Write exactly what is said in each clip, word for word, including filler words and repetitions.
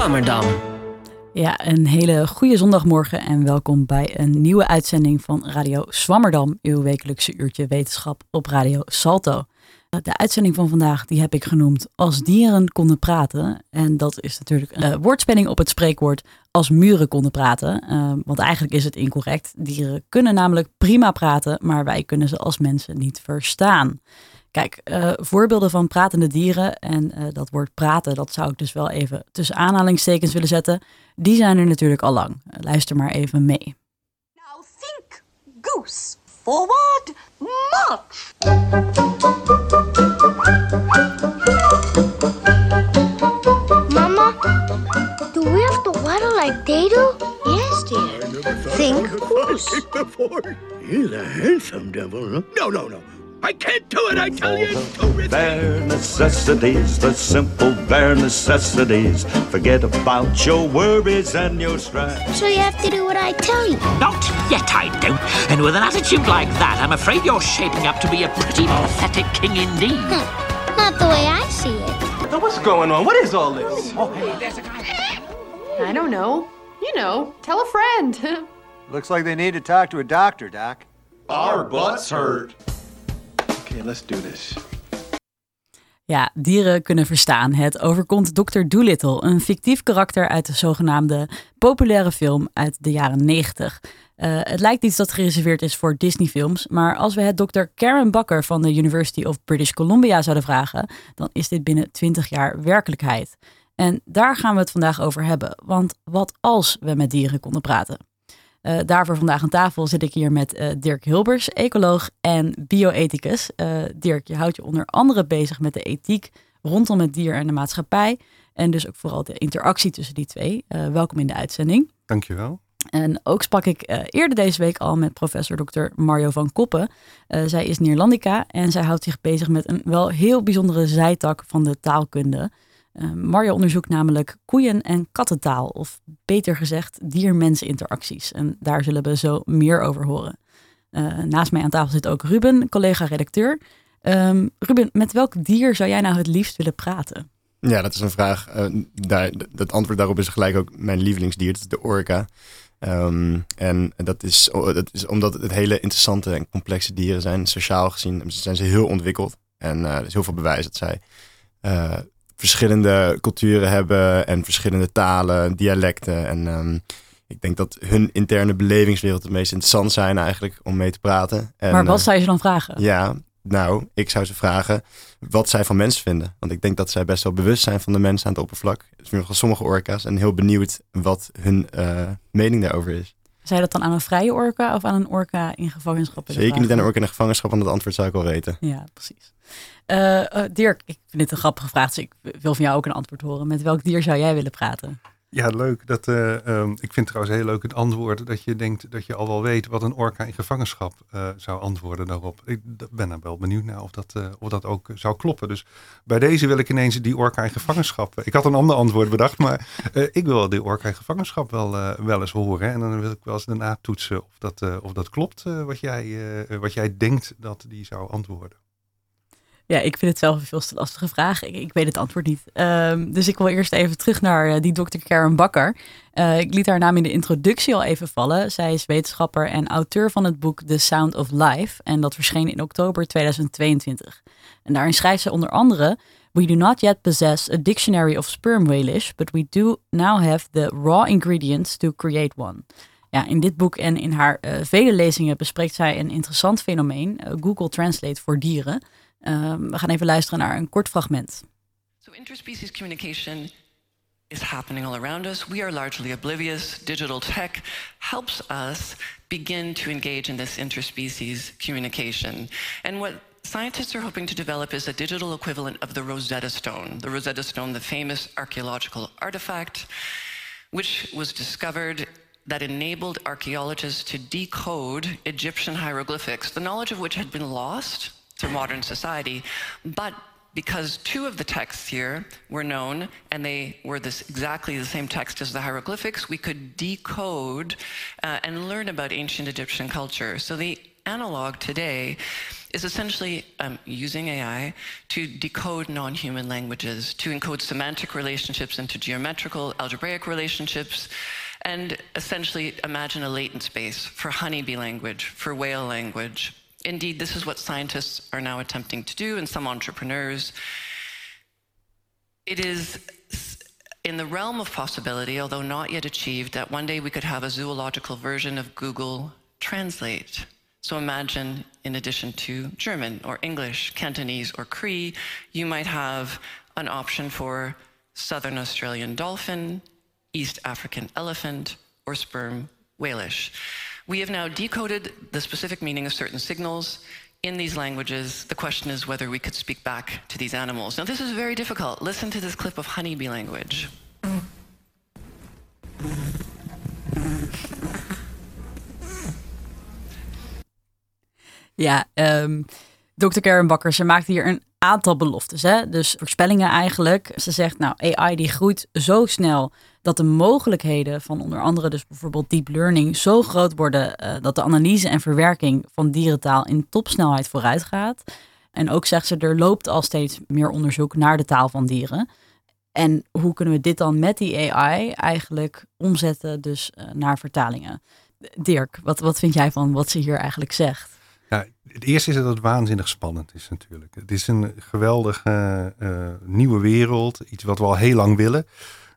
Swammerdam. Ja, een hele goede zondagmorgen en welkom bij een nieuwe uitzending van Radio Swammerdam, uw wekelijkse uurtje wetenschap op Radio Salto. De uitzending van vandaag die heb ik genoemd Als dieren konden praten. En dat is natuurlijk een uh, woordspenning op het spreekwoord als muren konden praten. Uh, want eigenlijk is het incorrect. Dieren kunnen namelijk prima praten, maar wij kunnen ze als mensen niet verstaan. Kijk, uh, voorbeelden van pratende dieren en uh, dat woord praten, dat zou ik dus wel even tussen aanhalingstekens willen zetten. Die zijn er natuurlijk al lang. Uh, luister maar even mee. Now think, goose. Forward, march. Mama, do we have to waddle like they do? Yes, dear. Think, goose. He's a handsome devil. Huh? No, no, no. I can't do it, I tell you, it's too risky. Bare necessities, the simple bare necessities. Forget about your worries and your strife. So you have to do what I tell you. Not yet, I don't. And with an attitude like that, I'm afraid you're shaping up to be a pretty pathetic king indeed. Hm, not the way I see it. So what's going on? What is all this? Oh, hey, there's a guy. I don't know. You know, tell a friend. Looks like they need to talk to a doctor, Doc. Our butts hurt. Okay, let's do this. Ja, dieren kunnen verstaan. Het overkomt dokter Dolittle, een fictief karakter uit de zogenaamde populaire film uit de jaren negentig. Uh, het lijkt iets dat gereserveerd is voor Disney-films, maar als we het dokter Karen Bakker van de University of British Columbia zouden vragen, dan is dit binnen twintig jaar werkelijkheid. En daar gaan we het vandaag over hebben, want wat als we met dieren konden praten? Uh, daarvoor vandaag aan tafel zit ik hier met uh, Dirk Hilbers, ecoloog en bioethicus. Uh, Dirk, je houdt je onder andere bezig met de ethiek rondom het dier en de maatschappij. En dus ook vooral de interactie tussen die twee. Uh, welkom in de uitzending. Dankjewel. En ook sprak ik uh, eerder deze week al met professor dokter Mario van Koppen. Uh, zij is Neerlandica en zij houdt zich bezig met een wel heel bijzondere zijtak van de taalkunde. Uh, Mario onderzoekt namelijk koeien- en kattentaal, of beter gezegd dier-mens interacties. En daar zullen we zo meer over horen. Uh, naast mij aan tafel zit ook Ruben, collega-redacteur. Um, Ruben, met welk dier zou jij nou het liefst willen praten? Ja, dat is een vraag. Uh, daar, dat antwoord daarop is gelijk ook mijn lievelingsdier. Dat is de orka. Um, en dat is, dat is omdat het hele interessante en complexe dieren zijn. Sociaal gezien zijn ze heel ontwikkeld. En uh, er is heel veel bewijs dat zij Uh, verschillende culturen hebben en verschillende talen, dialecten. En um, ik denk dat hun interne belevingswereld het meest interessant zijn eigenlijk om mee te praten. En, maar wat uh, zou je ze dan vragen? Ja, nou, ik zou ze vragen wat zij van mensen vinden. Want ik denk dat zij best wel bewust zijn van de mensen aan het oppervlak. Van sommige orka's en heel benieuwd wat hun uh, mening daarover is. Zou je dat dan aan een vrije orka of aan een orka in gevangenschap? Zeker niet aan een orka in gevangenschap, want het antwoord zou ik wel weten. Ja, precies. Uh, uh, Dirk, ik vind dit een grappige vraag, dus ik wil van jou ook een antwoord horen. Met welk dier zou jij willen praten? Ja, leuk. Dat, uh, um, ik vind trouwens heel leuk het antwoord dat je denkt dat je al wel weet wat een orka in gevangenschap uh, zou antwoorden daarop. Ik ben er wel benieuwd naar of dat, uh, of dat ook zou kloppen. Dus bij deze wil ik ineens die orka in gevangenschap. Ik had een ander antwoord bedacht, maar uh, ik wil die orka in gevangenschap wel, uh, wel eens horen. En dan wil ik wel eens daarna toetsen of dat, uh, of dat klopt uh, wat, jij, uh, wat jij denkt dat die zou antwoorden. Ja, ik vind het zelf een veel te lastige vraag. Ik, ik weet het antwoord niet. Um, dus ik wil eerst even terug naar uh, die dokter Karen Bakker. Uh, ik liet haar naam in de introductie al even vallen. Zij is wetenschapper en auteur van het boek The Sound of Life. En dat verscheen in oktober tweeduizend tweeëntwintig. En daarin schrijft ze onder andere: We do not yet possess a dictionary of sperm whalish, but we do now have the raw ingredients to create one. Ja, in dit boek en in haar uh, vele lezingen bespreekt zij een interessant fenomeen, uh, Google Translate voor dieren. Um, we gaan even luisteren naar een kort fragment. So interspecies communication is happening all around us. We are largely oblivious. Digital tech helps us begin to engage in this interspecies communication. And what scientists are hoping to develop is a digital equivalent of the Rosetta Stone. The Rosetta Stone, the famous archaeological artifact, which was discovered that enabled archaeologists to decode Egyptian hieroglyphics, the knowledge of which had been lost to modern society, but because two of the texts here were known and they were this exactly the same text as the hieroglyphics, we could decode uh, and learn about ancient Egyptian culture. So the analog today is essentially um, using A I to decode non-human languages, to encode semantic relationships into geometrical, algebraic relationships, and essentially imagine a latent space for honeybee language, for whale language. Indeed, this is what scientists are now attempting to do, and some entrepreneurs. It is in the realm of possibility, although not yet achieved, that one day we could have a zoological version of Google Translate. So imagine, in addition to German or English, Cantonese or Cree, you might have an option for Southern Australian dolphin, East African elephant, or sperm whalish. We have now decoded the specific meaning of certain signals in these languages. The question is whether we could speak back to these animals. Now, this is very difficult. Listen to this clip of honeybee language. Ja, um, dokter Karen Bakker, ze maakt hier een aantal beloftes. Hè? Dus voorspellingen eigenlijk. Ze zegt, nou, A I die groeit zo snel dat de mogelijkheden van onder andere dus bijvoorbeeld deep learning zo groot worden uh, dat de analyse en verwerking van dierentaal in topsnelheid vooruit gaat. En ook zegt ze, er loopt al steeds meer onderzoek naar de taal van dieren. En hoe kunnen we dit dan met die A I eigenlijk omzetten dus uh, naar vertalingen? Dirk, wat, wat vind jij van wat ze hier eigenlijk zegt? Ja, het eerste is dat het waanzinnig spannend is natuurlijk. Het is een geweldige uh, nieuwe wereld. Iets wat we al heel lang willen.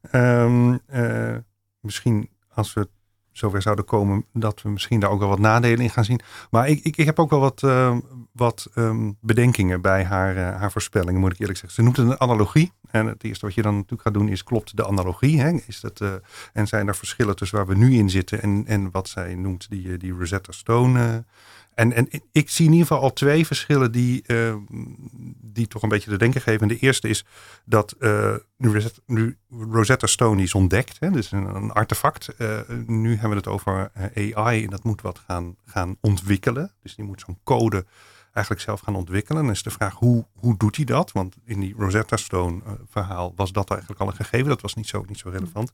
Um, uh, misschien als we zover zouden komen, dat we misschien daar ook wel wat nadelen in gaan zien. Maar ik, ik, ik heb ook wel wat, uh, wat um, bedenkingen bij haar, uh, haar voorspellingen, moet ik eerlijk zeggen. Ze noemt het een analogie. En het eerste wat je dan natuurlijk gaat doen is, klopt de analogie? Hè? Is dat, uh, en zijn er verschillen tussen waar we nu in zitten en, en wat zij noemt die, die Rosetta Stone? Uh, En, en ik zie in ieder geval al twee verschillen die, uh, die toch een beetje te denken geven. En de eerste is dat uh, nu, Rosetta, nu Rosetta Stone is ontdekt. Hè, dus een, een artefact. Uh, nu hebben we het over A I en dat moet wat gaan, gaan ontwikkelen. Dus die moet zo'n code eigenlijk zelf gaan ontwikkelen. En dan is de vraag, hoe, hoe doet hij dat? Want in die Rosetta Stone uh, verhaal was dat eigenlijk al een gegeven. Dat was niet zo, niet zo relevant.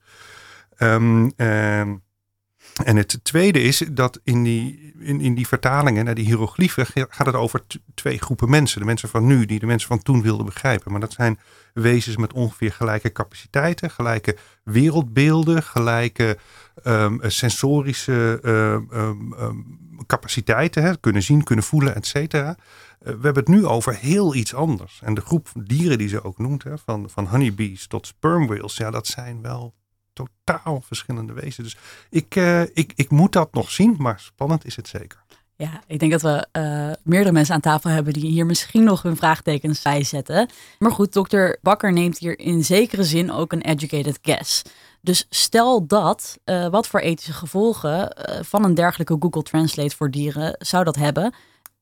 Um, um, En het tweede is dat in die, in, in die vertalingen naar die hiërogliefen gaat het over t- twee groepen mensen. De mensen van nu die de mensen van toen wilden begrijpen. Maar dat zijn wezens met ongeveer gelijke capaciteiten, gelijke wereldbeelden, gelijke um, sensorische um, um, capaciteiten. Hè, kunnen zien, kunnen voelen, et cetera. Uh, we hebben het nu over heel iets anders. En de groep dieren die ze ook noemt, hè, van, van honeybees tot sperm whales, ja, dat zijn wel totaal verschillende wezens. Dus ik, uh, ik, ik moet dat nog zien, maar spannend is het zeker. Ja, ik denk dat we uh, meerdere mensen aan tafel hebben die hier misschien nog hun vraagtekens bij zetten. Maar goed, dokter Bakker neemt hier in zekere zin ook een educated guess. Dus stel dat, uh, wat voor ethische gevolgen uh, van een dergelijke Google Translate voor dieren zou dat hebben?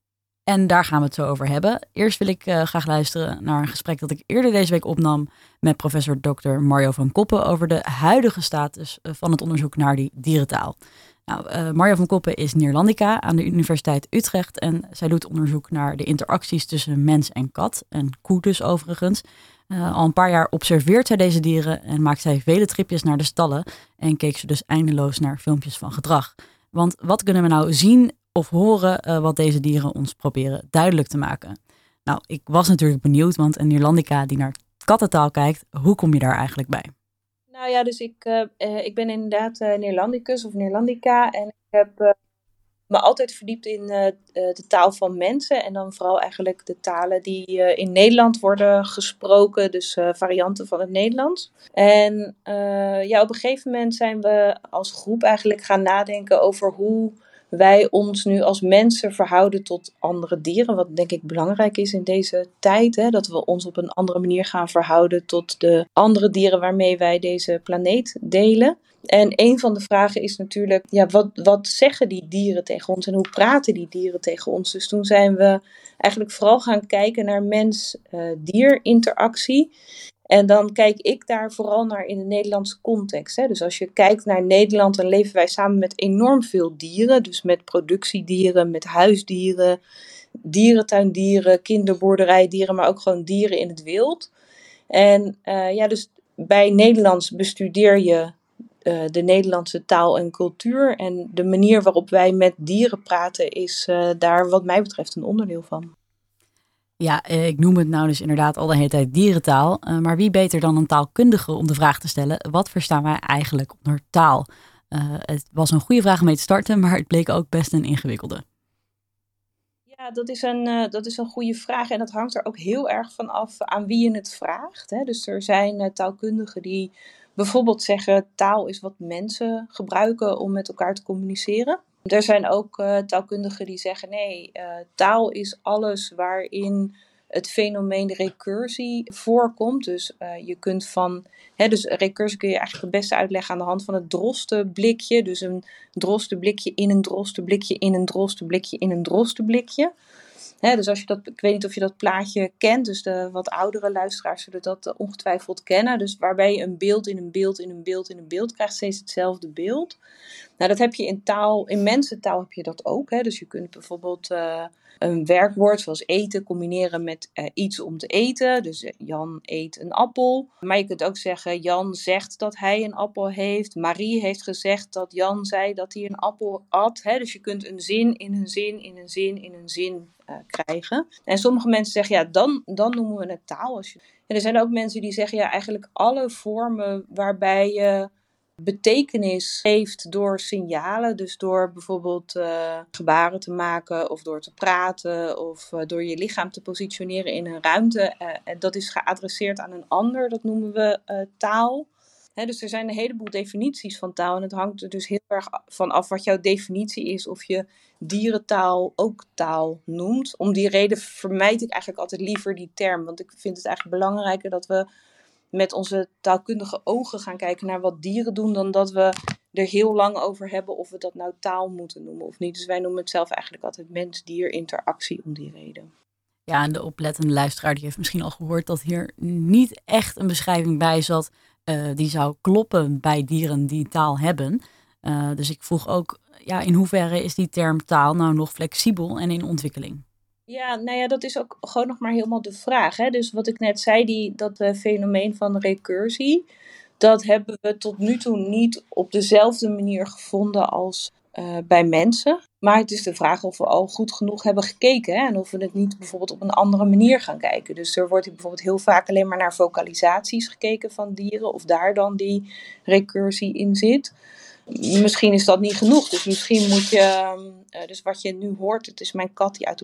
En daar gaan we het zo over hebben. Eerst wil ik uh, graag luisteren naar een gesprek dat ik eerder deze week opnam met professor dokter Mario van Koppen over de huidige status van het onderzoek naar die dierentaal. Nou, uh, Mario van Koppen is Neerlandica aan de Universiteit Utrecht en zij doet onderzoek naar de interacties tussen mens en kat, en koe dus overigens. Uh, al een paar jaar observeert zij deze dieren en maakt zij vele tripjes naar de stallen en keek ze dus eindeloos naar filmpjes van gedrag. Want wat kunnen we nou zien of horen uh, wat deze dieren ons proberen duidelijk te maken? Nou, ik was natuurlijk benieuwd, want een Neerlandica die naar kattentaal kijkt, hoe kom je daar eigenlijk bij? Nou ja, dus ik, uh, uh, ik ben inderdaad uh, Neerlandicus of Neerlandica en ik heb uh, me altijd verdiept in uh, de taal van mensen en dan vooral eigenlijk de talen die uh, in Nederland worden gesproken, dus uh, varianten van het Nederlands. En uh, ja, op een gegeven moment zijn we als groep eigenlijk gaan nadenken over hoe wij ons nu als mensen verhouden tot andere dieren. Wat denk ik belangrijk is in deze tijd. Hè? Dat we ons op een andere manier gaan verhouden tot de andere dieren waarmee wij deze planeet delen. En een van de vragen is natuurlijk, ja, wat, wat zeggen die dieren tegen ons en hoe praten die dieren tegen ons? Dus toen zijn we eigenlijk vooral gaan kijken naar mens-dier interactie. En dan kijk ik daar vooral naar in de Nederlandse context. Hè. Dus als je kijkt naar Nederland, dan leven wij samen met enorm veel dieren. Dus met productiedieren, met huisdieren, dierentuindieren, kinderboerderijdieren, maar ook gewoon dieren in het wild. En uh, ja, dus bij Nederlands bestudeer je uh, de Nederlandse taal en cultuur. En de manier waarop wij met dieren praten is uh, daar wat mij betreft een onderdeel van. Ja, ik noem het nou dus inderdaad al de hele tijd dierentaal. Uh, maar wie beter dan een taalkundige om de vraag te stellen: wat verstaan wij eigenlijk onder taal? Uh, het was een goede vraag om mee te starten, maar het bleek ook best een ingewikkelde. Ja, dat is een, uh, dat is een goede vraag en dat hangt er ook heel erg van af aan wie je het vraagt. Hè. Dus er zijn uh, taalkundigen die bijvoorbeeld zeggen: taal is wat mensen gebruiken om met elkaar te communiceren. Er zijn ook uh, taalkundigen die zeggen: nee, uh, taal is alles waarin het fenomeen recursie voorkomt. Dus uh, je kunt van, hè, dus recursie kun je eigenlijk het beste uitleggen aan de hand van het drostenblikje. Dus een drostenblikje in een drostenblikje in een drostenblikje in een drostenblikje. Hè, dus als je dat, ik weet niet of je dat plaatje kent, dus de wat oudere luisteraars zullen dat uh, ongetwijfeld kennen. Dus waarbij je een beeld in een beeld in een beeld in een beeld krijgt, steeds hetzelfde beeld. Nou, dat heb je in taal, in mensentaal heb je dat ook. Hè? Dus je kunt bijvoorbeeld uh, een werkwoord zoals eten combineren met uh, iets om te eten. Dus uh, Jan eet een appel. Maar je kunt ook zeggen: Jan zegt dat hij een appel heeft. Marie heeft gezegd dat Jan zei dat hij een appel at. Hè? Dus je kunt een zin in een zin in een zin in een zin uh, krijgen. En sommige mensen zeggen: ja, dan, dan noemen we het taal. Als je... En er zijn ook mensen die zeggen: ja, eigenlijk alle vormen waarbij je betekenis geeft door signalen, dus door bijvoorbeeld uh, gebaren te maken of door te praten of uh, door je lichaam te positioneren in een ruimte. Uh, en dat is geadresseerd aan een ander, dat noemen we uh, taal. He, dus er zijn een heleboel definities van taal en het hangt er dus heel erg van af wat jouw definitie is, of je dierentaal ook taal noemt. Om die reden vermijd ik eigenlijk altijd liever die term, want ik vind het eigenlijk belangrijker dat we met onze taalkundige ogen gaan kijken naar wat dieren doen, dan dat we er heel lang over hebben of we dat nou taal moeten noemen of niet. Dus wij noemen het zelf eigenlijk altijd mens-dier-interactie om die reden. Ja, en de oplettende luisteraar die heeft misschien al gehoord dat hier niet echt een beschrijving bij zat uh, die zou kloppen bij dieren die taal hebben. Uh, dus ik vroeg ook, ja, in hoeverre is die term taal nou nog flexibel en in ontwikkeling? Ja, nou ja, dat is ook gewoon nog maar helemaal de vraag. Hè? Dus wat ik net zei, die, dat uh, fenomeen van recursie, dat hebben we tot nu toe niet op dezelfde manier gevonden als uh, bij mensen. Maar het is de vraag of we al goed genoeg hebben gekeken, hè? En of we het niet bijvoorbeeld op een andere manier gaan kijken. Dus er wordt bijvoorbeeld heel vaak alleen maar naar vocalisaties gekeken van dieren, of daar dan die recursie in zit. Misschien is dat niet genoeg, dus misschien moet je, uh, dus wat je nu hoort, het is mijn kat die uit de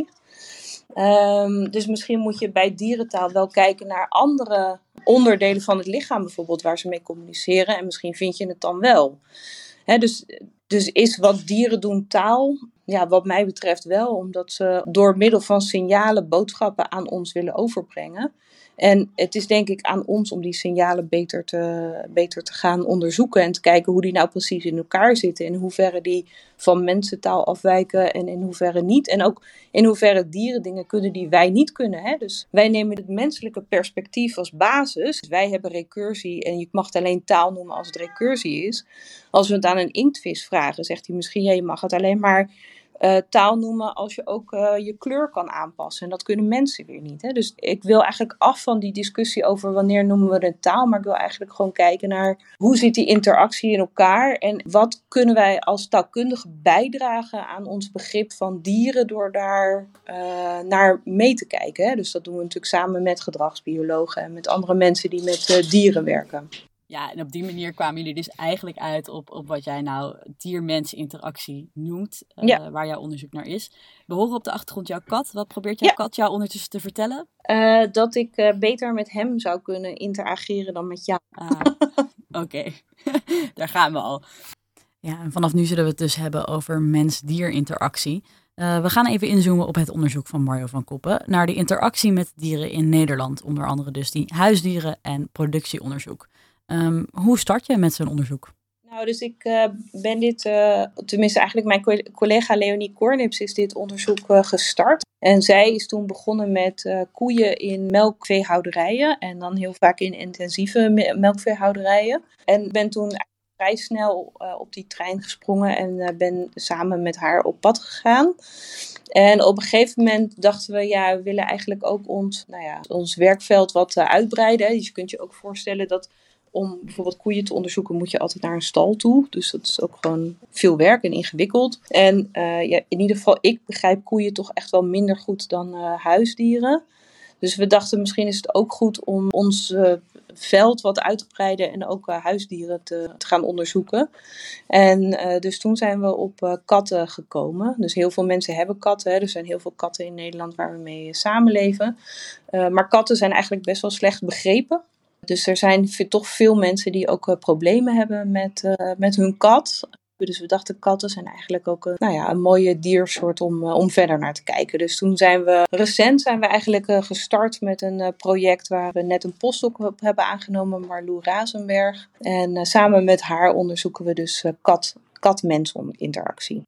Um, dus misschien moet je bij dierentaal wel kijken naar andere onderdelen van het lichaam bijvoorbeeld waar ze mee communiceren en misschien vind je het dan wel. He, dus, dus is wat dieren doen taal? Ja, wat mij betreft wel, omdat ze door middel van signalen boodschappen aan ons willen overbrengen. En het is denk ik aan ons om die signalen beter te, beter te gaan onderzoeken en te kijken hoe die nou precies in elkaar zitten. In hoeverre die van mensentaal afwijken en in hoeverre niet. En ook in hoeverre dieren dingen kunnen die wij niet kunnen. Hè? Dus wij nemen het menselijke perspectief als basis. Wij hebben recursie en je mag het alleen taal noemen als het recursie is. Als we het aan een inktvis vragen, zegt hij misschien: ja, je mag het alleen maar Uh, taal noemen als je ook uh, je kleur kan aanpassen. En dat kunnen mensen weer niet. Hè? Dus ik wil eigenlijk af van die discussie over wanneer noemen we een taal. Maar ik wil eigenlijk gewoon kijken naar hoe zit die interactie in elkaar. En wat kunnen wij als taalkundigen bijdragen aan ons begrip van dieren door daar uh, naar mee te kijken. Hè? Dus dat doen we natuurlijk samen met gedragsbiologen en met andere mensen die met uh, dieren werken. Ja, en op die manier kwamen jullie dus eigenlijk uit op, op wat jij nou dier-mens interactie noemt, uh, ja. waar jouw onderzoek naar is. We horen op de achtergrond jouw kat. Wat probeert jouw ja. kat jou ondertussen te vertellen? Uh, dat ik uh, beter met hem zou kunnen interageren dan met jou. Ah, Oké, okay. Daar gaan we al. Ja, en vanaf nu zullen we het dus hebben over mens-dier interactie. Uh, we gaan even inzoomen op het onderzoek van Mario van Koppen naar de interactie met dieren in Nederland. Onder andere dus die huisdieren en productieonderzoek. Um, hoe start je met zo'n onderzoek? Nou, dus ik uh, ben dit, uh, tenminste eigenlijk mijn collega Leonie Kornips is dit onderzoek uh, gestart. En zij is toen begonnen met uh, koeien in melkveehouderijen en dan heel vaak in intensieve me- melkveehouderijen. En ben toen vrij snel uh, op die trein gesprongen en uh, ben samen met haar op pad gegaan. En op een gegeven moment dachten we, ja, we willen eigenlijk ook ons, nou ja, ons werkveld wat uh, uitbreiden. Dus je kunt je ook voorstellen dat om bijvoorbeeld koeien te onderzoeken moet je altijd naar een stal toe. Dus dat is ook gewoon veel werk en ingewikkeld. En uh, ja, in ieder geval, ik begrijp koeien toch echt wel minder goed dan uh, huisdieren. Dus we dachten misschien is het ook goed om ons uh, veld wat uit te breiden en ook uh, huisdieren te, te gaan onderzoeken. En uh, dus toen zijn we op uh, katten gekomen. Dus heel veel mensen hebben katten. Hè. Er zijn heel veel katten in Nederland waar we mee samenleven. Uh, maar katten zijn eigenlijk best wel slecht begrepen. Dus er zijn toch veel mensen die ook uh, problemen hebben met, uh, met hun kat. Dus we dachten katten zijn eigenlijk ook een, nou ja, een mooie diersoort om, uh, om verder naar te kijken. Dus toen zijn we, recent zijn we eigenlijk uh, gestart met een uh, project waar we net een postdoc op hebben aangenomen, Marlou Razenberg. En uh, samen met haar onderzoeken we dus uh, kat, kat-mens interactie.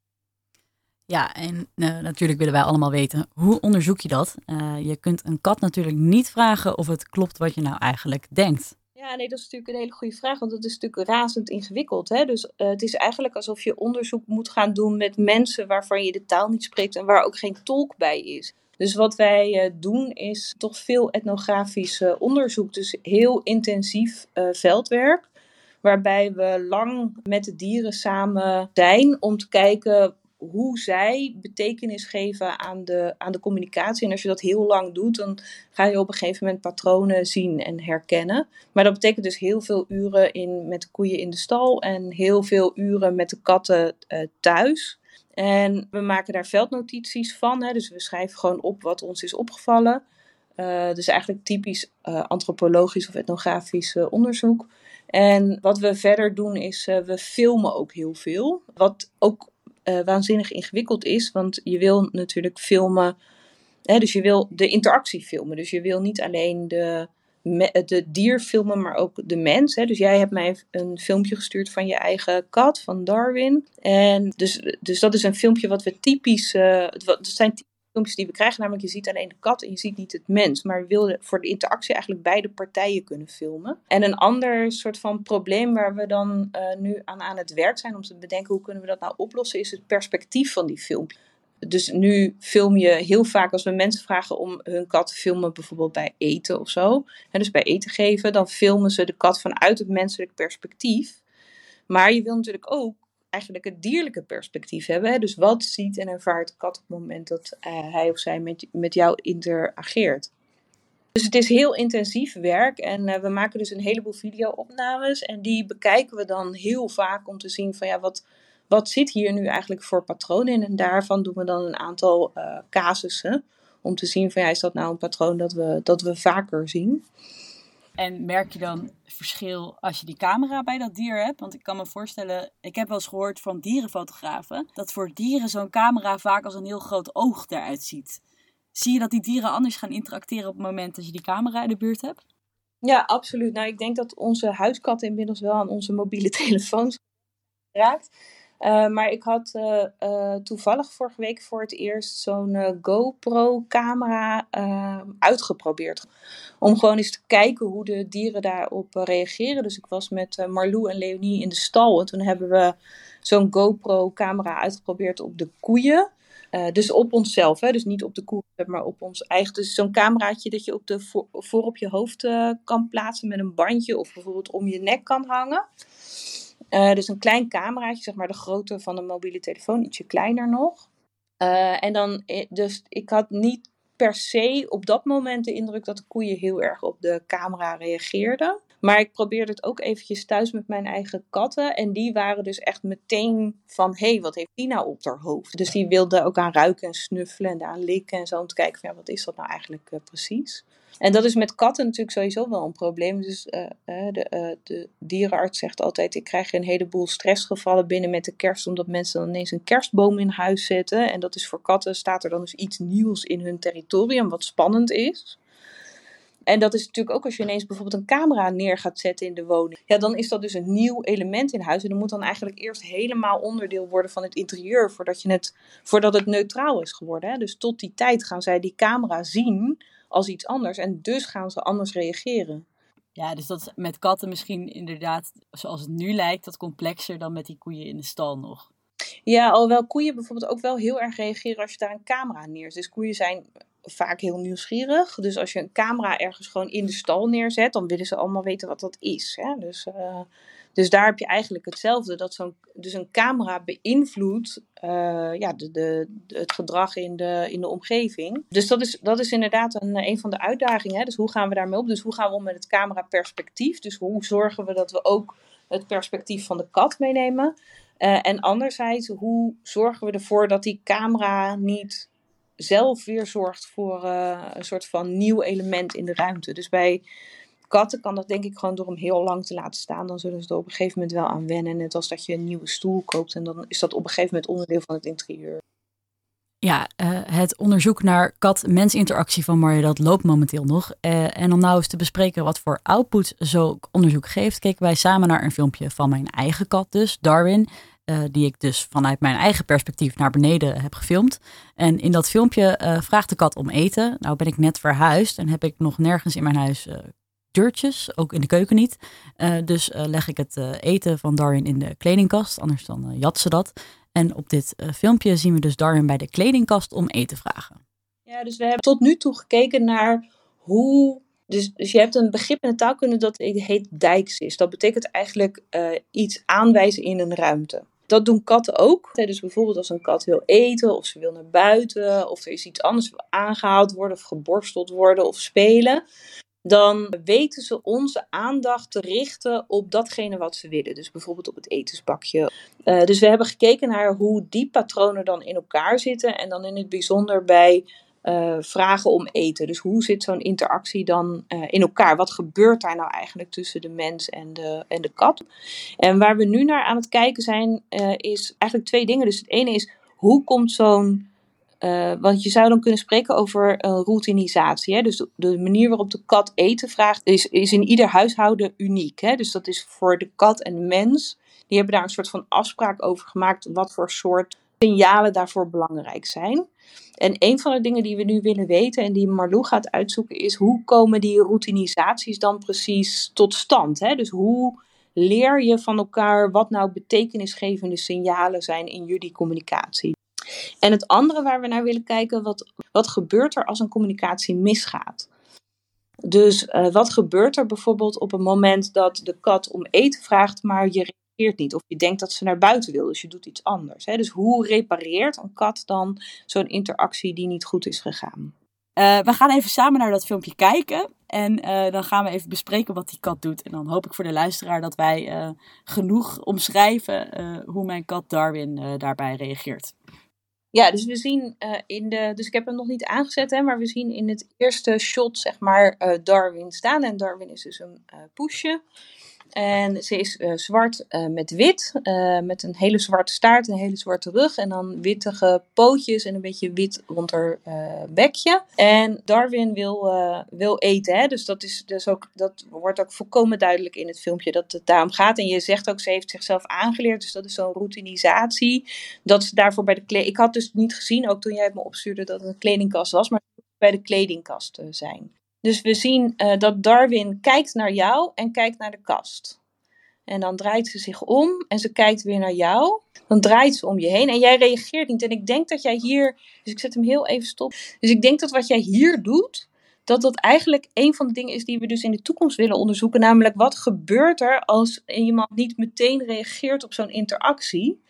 Ja, en uh, natuurlijk willen wij allemaal weten, hoe onderzoek je dat? Uh, je kunt een kat natuurlijk niet vragen of het klopt wat je nou eigenlijk denkt. Ja, nee, dat is natuurlijk een hele goede vraag, want dat is natuurlijk razend ingewikkeld. Hè? Dus uh, het is eigenlijk alsof je onderzoek moet gaan doen met mensen waarvan je de taal niet spreekt en waar ook geen tolk bij is. Dus wat wij uh, doen is toch veel etnografisch uh, onderzoek, dus heel intensief uh, veldwerk. Waarbij we lang met de dieren samen zijn om te kijken hoe zij betekenis geven aan de, aan de communicatie. En als je dat heel lang doet, dan ga je op een gegeven moment patronen zien en herkennen. Maar dat betekent dus heel veel uren in, met de koeien in de stal en heel veel uren met de katten uh, thuis. En we maken daar veldnotities van. Hè, dus we schrijven gewoon op wat ons is opgevallen. Uh, dus eigenlijk typisch uh, antropologisch of etnografisch uh, onderzoek. En wat we verder doen is, uh, we filmen ook heel veel. Wat ook Uh, waanzinnig ingewikkeld is, want je wil natuurlijk filmen, hè, dus je wil de interactie filmen. Dus je wil niet alleen de, me, de dier filmen, maar ook de mens. Hè. Dus jij hebt mij een filmpje gestuurd van je eigen kat, van Darwin. En dus, dus dat is een filmpje wat we typisch, uh, dat zijn typisch filmpjes die we krijgen, namelijk je ziet alleen de kat en je ziet niet het mens. Maar we wilden voor de interactie eigenlijk beide partijen kunnen filmen. En een ander soort van probleem waar we dan uh, nu aan, aan het werk zijn om te bedenken hoe kunnen we dat nou oplossen, is het perspectief van die filmpjes. Dus nu film je heel vaak als we mensen vragen om hun kat te filmen, bijvoorbeeld bij eten of zo. En dus bij eten geven, dan filmen ze de kat vanuit het menselijk perspectief. Maar je wil natuurlijk ook eigenlijk het dierlijke perspectief hebben. Hè? Dus wat ziet en ervaart de kat op het moment dat uh, hij of zij met, met jou interageert. Dus het is heel intensief werk en uh, we maken dus een heleboel video-opnames en die bekijken we dan heel vaak om te zien van ja, wat, wat zit hier nu eigenlijk voor patronen in en daarvan doen we dan een aantal uh, casussen om te zien van ja, is dat nou een patroon dat we, dat we vaker zien. En merk je dan verschil als je die camera bij dat dier hebt? Want ik kan me voorstellen, ik heb wel eens gehoord van dierenfotografen, dat voor dieren zo'n camera vaak als een heel groot oog eruit ziet. Zie je dat die dieren anders gaan interacteren op het moment dat je die camera in de buurt hebt? Ja, absoluut. Nou, ik denk dat onze huiskatten inmiddels wel aan onze mobiele telefoons raakt. Uh, maar ik had uh, uh, toevallig vorige week voor het eerst zo'n uh, GoPro-camera uh, uitgeprobeerd. Om gewoon eens te kijken hoe de dieren daarop uh, reageren. Dus ik was met uh, Marlou en Leonie in de stal. En toen hebben we zo'n GoPro-camera uitgeprobeerd op de koeien. Uh, dus op onszelf, hè? Dus niet op de koe, maar op ons eigen. Dus zo'n cameraatje dat je op de voor, voor op je hoofd uh, kan plaatsen met een bandje. Of bijvoorbeeld om je nek kan hangen. Uh, dus een klein cameraatje, zeg maar de grootte van een mobiele telefoon, ietsje kleiner nog. Uh, en dan, dus ik had niet per se op dat moment de indruk dat de koeien heel erg op de camera reageerden. Maar ik probeerde het ook eventjes thuis met mijn eigen katten. En die waren dus echt meteen van, hé, hey, wat heeft die nou op haar hoofd? Dus die wilden ook aan ruiken en snuffelen en aan likken en zo. Om te kijken van, ja, wat is dat nou eigenlijk uh, precies? En dat is met katten natuurlijk sowieso wel een probleem. Dus uh, de, uh, de dierenarts zegt altijd, ik krijg een heleboel stressgevallen binnen met de kerst. Omdat mensen dan ineens een kerstboom in huis zetten. En dat is voor katten, staat er dan dus iets nieuws in hun territorium wat spannend is. En dat is natuurlijk ook als je ineens bijvoorbeeld een camera neer gaat zetten in de woning. Ja, dan is dat dus een nieuw element in huis. En dat moet dan eigenlijk eerst helemaal onderdeel worden van het interieur. Voordat, je het, voordat het neutraal is geworden. Hè? Dus tot die tijd gaan zij die camera zien als iets anders. En dus gaan ze anders reageren. Ja, dus dat is met katten misschien inderdaad, zoals het nu lijkt, wat complexer dan met die koeien in de stal nog. Ja, alhoewel koeien bijvoorbeeld ook wel heel erg reageren als je daar een camera neerzet. Dus koeien zijn vaak heel nieuwsgierig. Dus als je een camera ergens gewoon in de stal neerzet, dan willen ze allemaal weten wat dat is. Hè? Dus, uh, dus daar heb je eigenlijk hetzelfde. Dat zo'n, dus een camera beïnvloedt uh, ja, de, de, de, het gedrag in de, in de omgeving. Dus dat is, dat is inderdaad een, een van de uitdagingen. Hè? Dus hoe gaan we daarmee op? Dus hoe gaan we om met het cameraperspectief? Dus hoe zorgen we dat we ook het perspectief van de kat meenemen? Uh, en anderzijds, hoe zorgen we ervoor dat die camera niet zelf weer zorgt voor uh, een soort van nieuw element in de ruimte. Dus bij katten kan dat denk ik gewoon door hem heel lang te laten staan. Dan zullen ze er op een gegeven moment wel aan wennen. Net als dat je een nieuwe stoel koopt en dan is dat op een gegeven moment onderdeel van het interieur. Ja, uh, het onderzoek naar kat-mens-interactie van Marja, dat loopt momenteel nog. Uh, en om nou eens te bespreken wat voor output zo'n onderzoek geeft, keken wij samen naar een filmpje van mijn eigen kat dus, Darwin. Uh, die ik dus vanuit mijn eigen perspectief naar beneden heb gefilmd. En in dat filmpje uh, vraagt de kat om eten. Nou ben ik net verhuisd en heb ik nog nergens in mijn huis uh, deurtjes, ook in de keuken niet. Uh, dus uh, leg ik het uh, eten van Darwin in de kledingkast, anders dan uh, jat ze dat. En op dit uh, filmpje zien we dus Darwin bij de kledingkast om eten vragen. Ja, dus we hebben tot nu toe gekeken naar hoe... Dus, dus je hebt een begrip in de taalkunde dat heet dijksis. Dat betekent eigenlijk uh, iets aanwijzen in een ruimte. Dat doen katten ook. Dus bijvoorbeeld als een kat wil eten of ze wil naar buiten of er is iets anders wil aangehaald worden of geborsteld worden of spelen. Dan weten ze onze aandacht te richten op datgene wat ze willen. Dus bijvoorbeeld op het etensbakje. Uh, dus we hebben gekeken naar hoe die patronen dan in elkaar zitten. En dan in het bijzonder bij uh, vragen om eten. Dus hoe zit zo'n interactie dan uh, in elkaar? Wat gebeurt daar nou eigenlijk tussen de mens en de, en de kat? En waar we nu naar aan het kijken zijn, uh, is eigenlijk twee dingen. Dus het ene is, hoe komt zo'n... Uh, want je zou dan kunnen spreken over uh, routinisatie. Hè? Dus de, de manier waarop de kat eten vraagt is, is in ieder huishouden uniek. Hè? Dus dat is voor de kat en de mens. Die hebben daar een soort van afspraak over gemaakt wat voor soort signalen daarvoor belangrijk zijn. En een van de dingen die we nu willen weten en die Marlou gaat uitzoeken is hoe komen die routinisaties dan precies tot stand? Hè? Dus hoe leer je van elkaar wat nou betekenisgevende signalen zijn in jullie communicatie? En het andere waar we naar willen kijken, wat, wat gebeurt er als een communicatie misgaat? Dus uh, wat gebeurt er bijvoorbeeld op een moment dat de kat om eten vraagt, maar je reageert niet? Of je denkt dat ze naar buiten wil, dus je doet iets anders. Hè? Dus hoe repareert een kat dan zo'n interactie die niet goed is gegaan? Uh, we gaan even samen naar dat filmpje kijken. En uh, dan gaan we even bespreken wat die kat doet. En dan hoop ik voor de luisteraar dat wij uh, genoeg omschrijven uh, hoe mijn kat Darwin uh, daarbij reageert. Ja, dus we zien uh, in de... Dus ik heb hem nog niet aangezet, hè, maar we zien in het eerste shot, zeg maar, uh, Darwin staan. En Darwin is dus een uh, poesje. En ze is uh, zwart uh, met wit, uh, met een hele zwarte staart en een hele zwarte rug. En dan wittige pootjes en een beetje wit rond haar uh, bekje. En Darwin wil, uh, wil eten, hè? Dus, dat, is, dus ook, dat wordt ook volkomen duidelijk in het filmpje dat het daarom gaat. En je zegt ook, ze heeft zichzelf aangeleerd, dus dat is zo'n routinisatie. Dat ze daarvoor bij de kleding... Ik had dus niet gezien, ook toen jij het me opstuurde, dat het een kledingkast was, maar bij de kledingkast uh, zijn. Dus we zien uh, dat Darwin kijkt naar jou en kijkt naar de kast. En dan draait ze zich om en ze kijkt weer naar jou. Dan draait ze om je heen en jij reageert niet. En ik denk dat jij hier... Dus ik zet hem heel even stop. Dus ik denk dat wat jij hier doet, dat dat eigenlijk een van de dingen is die we dus in de toekomst willen onderzoeken. Namelijk, wat gebeurt er als iemand niet meteen reageert op zo'n interactie?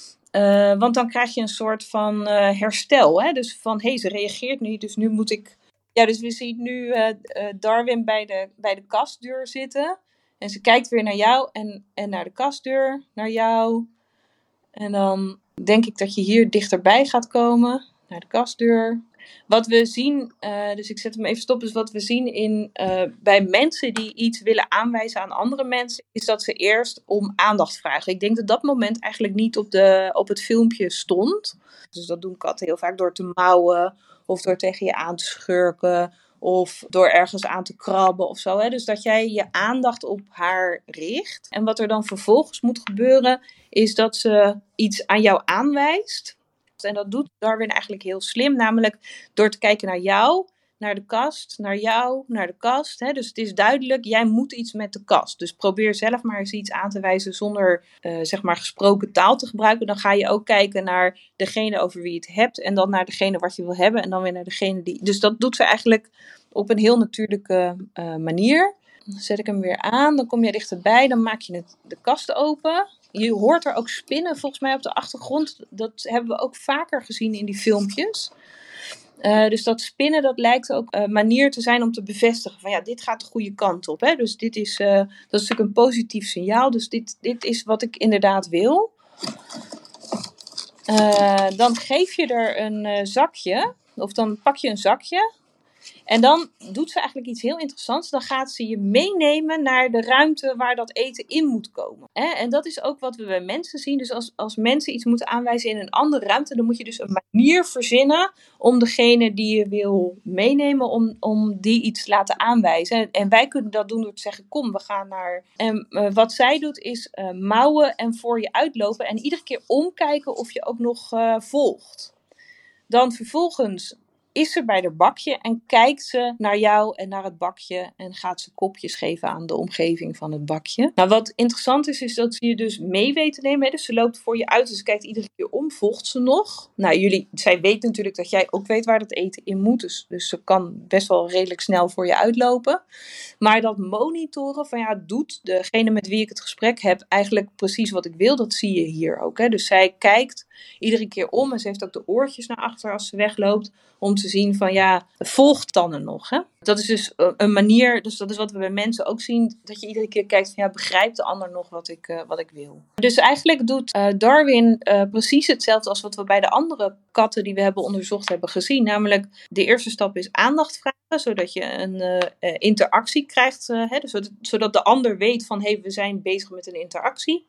Uh, want dan krijg je een soort van uh, herstel. Hè? Dus van, hé, hey, ze reageert nu, dus nu moet ik... Ja, dus we zien nu uh, uh, Darwin bij de, bij de kastdeur zitten. En ze kijkt weer naar jou en, en naar de kastdeur, naar jou. En dan denk ik dat je hier dichterbij gaat komen, naar de kastdeur. Wat we zien, uh, dus ik zet hem even stop. Dus wat we zien in, uh, bij mensen die iets willen aanwijzen aan andere mensen, is dat ze eerst om aandacht vragen. Ik denk dat dat moment eigenlijk niet op, de, op het filmpje stond. Dus dat doen katten heel vaak door te mouwen of door tegen je aan te schurken of door ergens aan te krabben of zo. Hè? Dus dat jij je aandacht op haar richt. En wat er dan vervolgens moet gebeuren, is dat ze iets aan jou aanwijst. En dat doet Darwin eigenlijk heel slim, namelijk door te kijken naar jou, naar de kast, naar jou, naar de kast. Hè? Dus het is duidelijk, jij moet iets met de kast. Dus probeer zelf maar eens iets aan te wijzen zonder uh, zeg maar gesproken taal te gebruiken. Dan ga je ook kijken naar degene over wie je het hebt en dan naar degene wat je wil hebben en dan weer naar degene die... Dus dat doet ze eigenlijk op een heel natuurlijke uh, manier. Dan zet ik hem weer aan, dan kom je dichterbij, dan maak je het, de kast open. Je hoort er ook spinnen volgens mij op de achtergrond. Dat hebben we ook vaker gezien in die filmpjes. Uh, dus dat spinnen, dat lijkt ook een manier te zijn om te bevestigen van ja, dit gaat de goede kant op. Hè? Dus dit is, uh, dat is natuurlijk een positief signaal. Dus dit, dit is wat ik inderdaad wil. Uh, dan geef je er een uh, zakje, of dan pak je een zakje. En dan doet ze eigenlijk iets heel interessants. Dan gaat ze je meenemen naar de ruimte waar dat eten in moet komen. En dat is ook wat we bij mensen zien. Dus als, als mensen iets moeten aanwijzen in een andere ruimte, dan moet je dus een manier verzinnen om degene die je wil meenemen, om, om die iets te laten aanwijzen. En wij kunnen dat doen door te zeggen, kom, we gaan naar... En uh, wat zij doet is uh, mouwen en voor je uitlopen en iedere keer omkijken of je ook nog uh, volgt. Dan vervolgens is ze bij haar bakje en kijkt ze naar jou en naar het bakje en gaat ze kopjes geven aan de omgeving van het bakje. Nou, wat interessant is, is dat ze je dus mee weet te nemen. Hè? Dus ze loopt voor je uit, dus ze kijkt iedere keer om, volgt ze nog. Nou, jullie, zij weet natuurlijk dat jij ook weet waar dat eten in moet, dus, dus ze kan best wel redelijk snel voor je uitlopen. Maar dat monitoren van ja, doet degene met wie ik het gesprek heb eigenlijk precies wat ik wil, dat zie je hier ook. Hè? Dus zij kijkt iedere keer om en ze heeft ook de oortjes naar achter als ze wegloopt, om te zien van ja, volgt dan er nog. Hè? Dat is dus een manier, dus dat is wat we bij mensen ook zien, dat je iedere keer kijkt van ja, begrijpt de ander nog wat ik, uh, wat ik wil. Dus eigenlijk doet uh, Darwin uh, precies hetzelfde als wat we bij de andere katten die we hebben onderzocht hebben gezien. Namelijk, de eerste stap is aandacht vragen, zodat je een uh, uh, interactie krijgt. Uh, hè, dus zodat, zodat de ander weet van hé, hey, we zijn bezig met een interactie.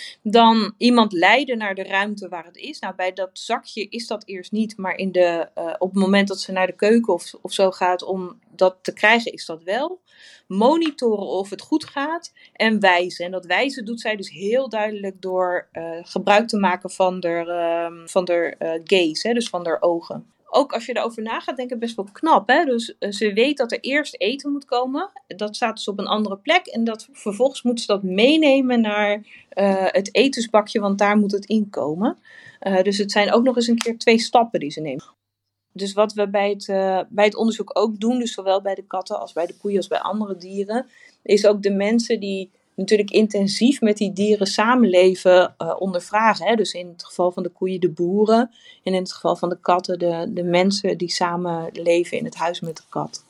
Dan iemand leiden naar de ruimte waar het is. Nou, bij dat zakje is dat eerst niet, maar in de, uh, op het moment dat ze naar de keuken of, of zo gaat om dat te krijgen, is dat wel. Monitoren of het goed gaat en wijzen. En dat wijzen doet zij dus heel duidelijk door uh, gebruik te maken van de uh, van de uh, gaze, hè, dus van de ogen. Ook als je erover na gaat denken, best wel knap. Hè? Dus uh, ze weet dat er eerst eten moet komen. Dat staat dus op een andere plek. En dat, vervolgens moet ze dat meenemen naar uh, het etensbakje, want daar moet het in komen. Uh, dus het zijn ook nog eens een keer twee stappen die ze neemt. Dus wat we bij het, uh, bij het onderzoek ook doen, dus zowel bij de katten als bij de koeien als bij andere dieren, is ook de mensen die natuurlijk intensief met die dieren samenleven uh, ondervragen. Hè? Dus in het geval van de koeien de boeren en in het geval van de katten de, de mensen die samen leven in het huis met de kat.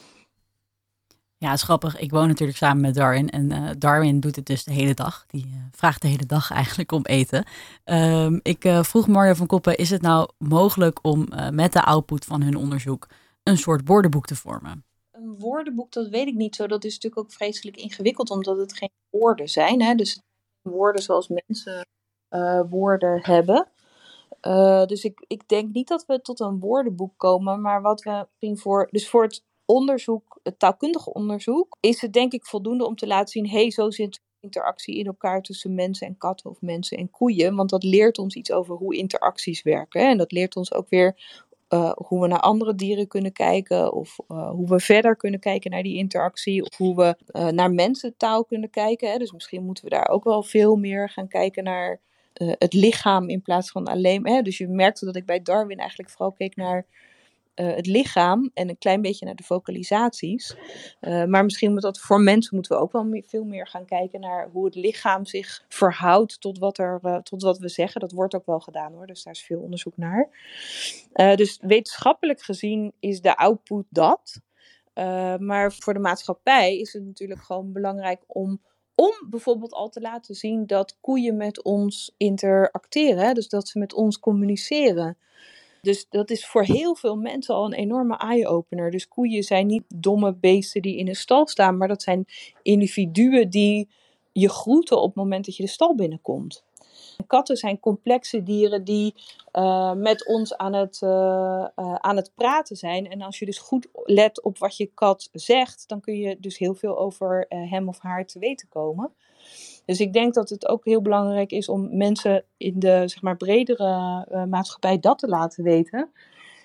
Ja, het is grappig. Ik woon natuurlijk samen met Darwin. En uh, Darwin doet het dus de hele dag. Die uh, vraagt de hele dag eigenlijk om eten. Um, ik uh, vroeg Marja van Koppen, is het nou mogelijk om uh, met de output van hun onderzoek een soort woordenboek te vormen? Een woordenboek, dat weet ik niet zo. Dat is natuurlijk ook vreselijk ingewikkeld, omdat het geen woorden zijn. Hè? Dus woorden zoals mensen uh, woorden hebben. Uh, dus ik, ik denk niet dat we tot een woordenboek komen. Maar wat we zien voor... Dus voor het onderzoek, het taalkundige onderzoek, is het denk ik voldoende om te laten zien, hé, hey, zo zit interactie in elkaar tussen mensen en katten of mensen en koeien. Want dat leert ons iets over hoe interacties werken. Hè? En dat leert ons ook weer uh, hoe we naar andere dieren kunnen kijken, of uh, hoe we verder kunnen kijken naar die interactie, of hoe we uh, naar mensentaal kunnen kijken. Hè? Dus misschien moeten we daar ook wel veel meer gaan kijken naar uh, het lichaam in plaats van alleen. Hè? Dus je merkte dat ik bij Darwin eigenlijk vooral keek naar Uh, het lichaam en een klein beetje naar de vocalisaties. Uh, maar misschien moet dat voor mensen moeten we ook wel meer, veel meer gaan kijken naar hoe het lichaam zich verhoudt tot wat, er, uh, tot wat we zeggen. Dat wordt ook wel gedaan hoor, dus daar is veel onderzoek naar. Uh, dus wetenschappelijk gezien is de output dat. Uh, maar voor de maatschappij is het natuurlijk gewoon belangrijk om Om bijvoorbeeld al te laten zien dat koeien met ons interacteren. Hè? Dus dat ze met ons communiceren. Dus dat is voor heel veel mensen al een enorme eye-opener. Dus koeien zijn niet domme beesten die in een stal staan, maar dat zijn individuen die je groeten op het moment dat je de stal binnenkomt. Katten zijn complexe dieren die uh, met ons aan het, uh, uh, aan het praten zijn. En als je dus goed let op wat je kat zegt, dan kun je dus heel veel over uh, hem of haar te weten komen. Dus ik denk dat het ook heel belangrijk is om mensen in de zeg maar, bredere uh, maatschappij dat te laten weten.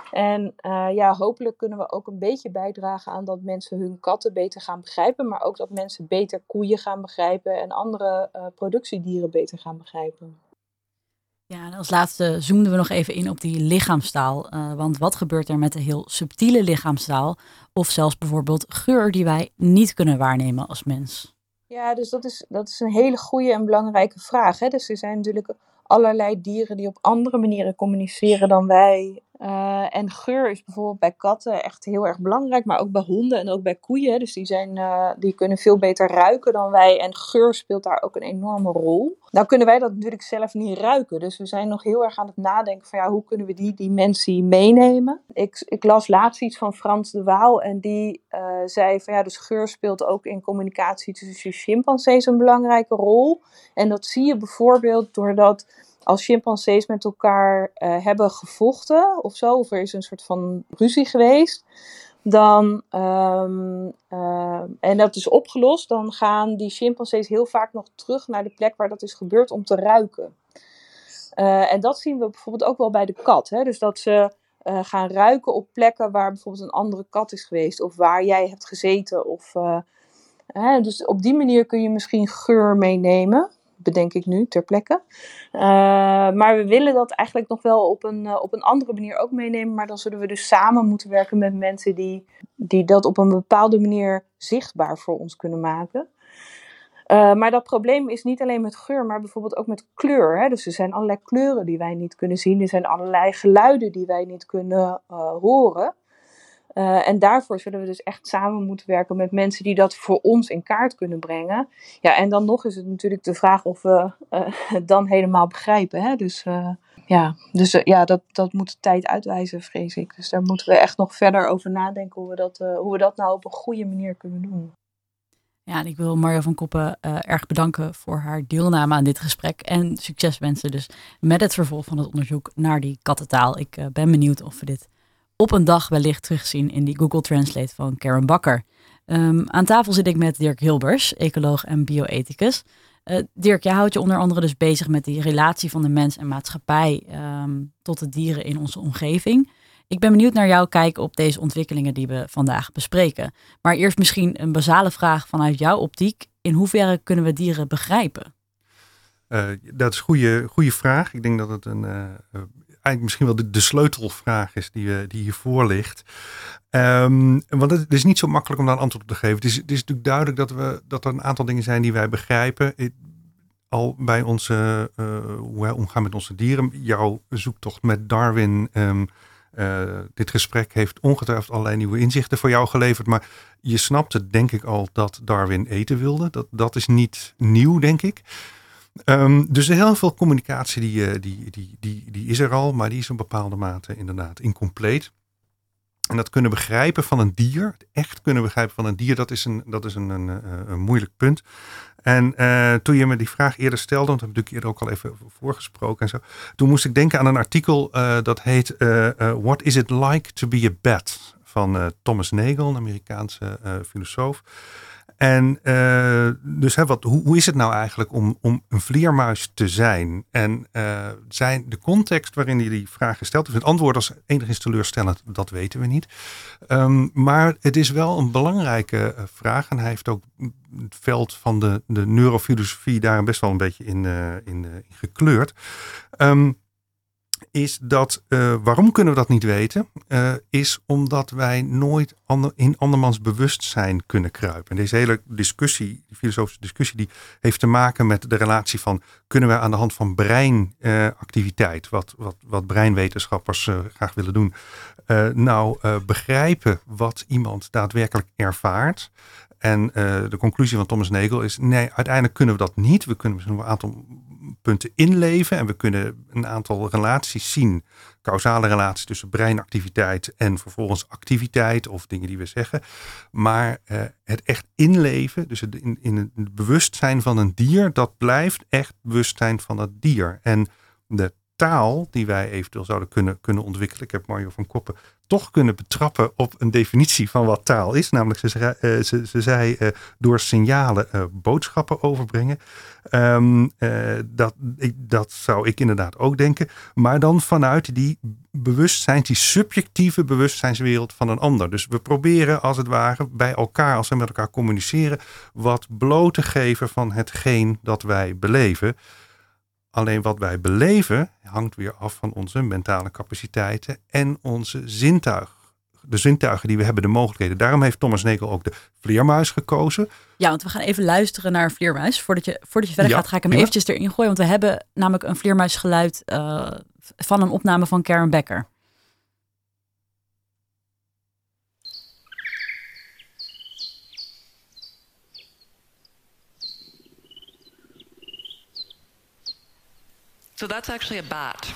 En uh, ja, hopelijk kunnen we ook een beetje bijdragen aan dat mensen hun katten beter gaan begrijpen. Maar ook dat mensen beter koeien gaan begrijpen en andere uh, productiedieren beter gaan begrijpen. Ja, en als laatste zoomden we nog even in op die lichaamstaal. Uh, want wat gebeurt er met de heel subtiele lichaamstaal? Of zelfs bijvoorbeeld geur die wij niet kunnen waarnemen als mens? Ja, dus dat is, dat is een hele goede en belangrijke vraag. Hè? Dus er zijn natuurlijk allerlei dieren die op andere manieren communiceren dan wij. Uh, en geur is bijvoorbeeld bij katten echt heel erg belangrijk, maar ook bij honden en ook bij koeien. Dus die, zijn, uh, die kunnen veel beter ruiken dan wij en geur speelt daar ook een enorme rol. Nou kunnen wij dat natuurlijk zelf niet ruiken, dus we zijn nog heel erg aan het nadenken van ja, hoe kunnen we die dimensie meenemen. Ik, ik las laatst iets van Frans de Waal en die uh, zei van ja, dus geur speelt ook in communicatie tussen chimpansees een belangrijke rol. En dat zie je bijvoorbeeld doordat als chimpansees met elkaar uh, hebben gevochten of zo, of er is een soort van ruzie geweest, dan, um, uh, en dat is opgelost, dan gaan die chimpansees heel vaak nog terug naar de plek waar dat is gebeurd om te ruiken. Uh, en dat zien we bijvoorbeeld ook wel bij de kat. Hè? Dus dat ze uh, gaan ruiken op plekken waar bijvoorbeeld een andere kat is geweest, of waar jij hebt gezeten. Of, uh, hè? Dus op die manier kun je misschien geur meenemen. Bedenk ik nu ter plekke. Uh, maar we willen dat eigenlijk nog wel op een, uh, op een andere manier ook meenemen. Maar dan zullen we dus samen moeten werken met mensen die, die dat op een bepaalde manier zichtbaar voor ons kunnen maken. Uh, maar dat probleem is niet alleen met geur, maar bijvoorbeeld ook met kleur. Hè? Dus er zijn allerlei kleuren die wij niet kunnen zien. Er zijn allerlei geluiden die wij niet kunnen uh, horen. Uh, en daarvoor zullen we dus echt samen moeten werken met mensen die dat voor ons in kaart kunnen brengen. Ja, en dan nog is het natuurlijk de vraag of we uh, het dan helemaal begrijpen. Hè? Dus, uh, ja, dus uh, ja, dat, dat moet de tijd uitwijzen, vrees ik. Dus daar moeten we echt nog verder over nadenken hoe we dat, uh, hoe we dat nou op een goede manier kunnen doen. Ja, en ik wil Marjo van Koppen uh, erg bedanken voor haar deelname aan dit gesprek. En succes wensen dus met het vervolg van het onderzoek naar die kattentaal. Ik uh, ben benieuwd of we dit op een dag wellicht terugzien in die Google Translate van Karen Bakker. Um, aan tafel zit ik met Dirk Hilbers, ecoloog en bioethicus. Uh, Dirk, jij houdt je onder andere dus bezig met die relatie van de mens en maatschappij um, tot de dieren in onze omgeving. Ik ben benieuwd naar jouw kijk op deze ontwikkelingen die we vandaag bespreken. Maar eerst misschien een basale vraag vanuit jouw optiek. In hoeverre kunnen we dieren begrijpen? Uh, dat is een goede, goede vraag. Ik denk dat het een... Uh, eigenlijk misschien wel de, de sleutelvraag is die, uh, die hiervoor ligt. Um, want het, het is niet zo makkelijk om daar een antwoord op te geven. Het is, het is natuurlijk duidelijk dat, we, dat er een aantal dingen zijn die wij begrijpen. Het, al bij onze, uh, hoe wij omgaan met onze dieren. Jouw zoektocht met Darwin. Um, uh, dit gesprek heeft ongetwijfeld allerlei nieuwe inzichten voor jou geleverd. Maar je snapte denk ik al dat Darwin eten wilde. Dat, dat is niet nieuw, denk ik. Um, dus heel veel communicatie die, die, die, die, die is er al, maar die is op bepaalde mate inderdaad incompleet. En dat kunnen begrijpen van een dier, het echt kunnen begrijpen van een dier, dat is een, dat is een, een, een moeilijk punt. En uh, toen je me die vraag eerder stelde, want dat heb ik eerder ook al even voorgesproken en zo. Toen moest ik denken aan een artikel uh, dat heet uh, uh, What is it like to be a bat? Van uh, Thomas Nagel, een Amerikaanse uh, filosoof. En uh, dus hè, wat, hoe, hoe is het nou eigenlijk om, om een vleermuis te zijn? En uh, zijn de context waarin hij die vraag gesteld heeft, het antwoord als enigszins teleurstellend, dat weten we niet. Um, maar het is wel een belangrijke vraag en hij heeft ook het veld van de, de neurofilosofie daar best wel een beetje in, uh, in, uh, in gekleurd. Um, is dat, uh, waarom kunnen we dat niet weten? Uh, is omdat wij nooit ander, in andermans bewustzijn kunnen kruipen. En deze hele discussie, die filosofische discussie, die heeft te maken met de relatie van, kunnen we aan de hand van breinactiviteit, uh, wat, wat, wat breinwetenschappers uh, graag willen doen, uh, nou uh, begrijpen wat iemand daadwerkelijk ervaart. En uh, de conclusie van Thomas Nagel is, nee, uiteindelijk kunnen we dat niet. We kunnen misschien een aantal punten inleven en we kunnen een aantal relaties zien. Causale relaties tussen breinactiviteit en vervolgens activiteit of dingen die we zeggen. Maar uh, het echt inleven, dus het in, in het bewustzijn van een dier, dat blijft echt bewustzijn van dat dier. En de taal die wij eventueel zouden kunnen, kunnen ontwikkelen. Ik heb Mario van Koppen toch kunnen betrappen op een definitie van wat taal is. Namelijk, ze, uh, ze, ze zei uh, door signalen uh, boodschappen overbrengen. Um, uh, dat, ik, dat zou ik inderdaad ook denken. Maar dan vanuit die bewustzijn, die subjectieve bewustzijnswereld van een ander. Dus we proberen als het ware bij elkaar, als we met elkaar communiceren, wat bloot te geven van hetgeen dat wij beleven. Alleen wat wij beleven hangt weer af van onze mentale capaciteiten en onze zintuig. De zintuigen die we hebben, de mogelijkheden. Daarom heeft Thomas Nagel ook de vleermuis gekozen. Ja, want we gaan even luisteren naar een vleermuis. Voordat je, voordat je verder ja, gaat, ga ik hem ja. eventjes erin gooien. Want we hebben namelijk een vleermuisgeluid uh, van een opname van Karen Becker. So that's actually a bat.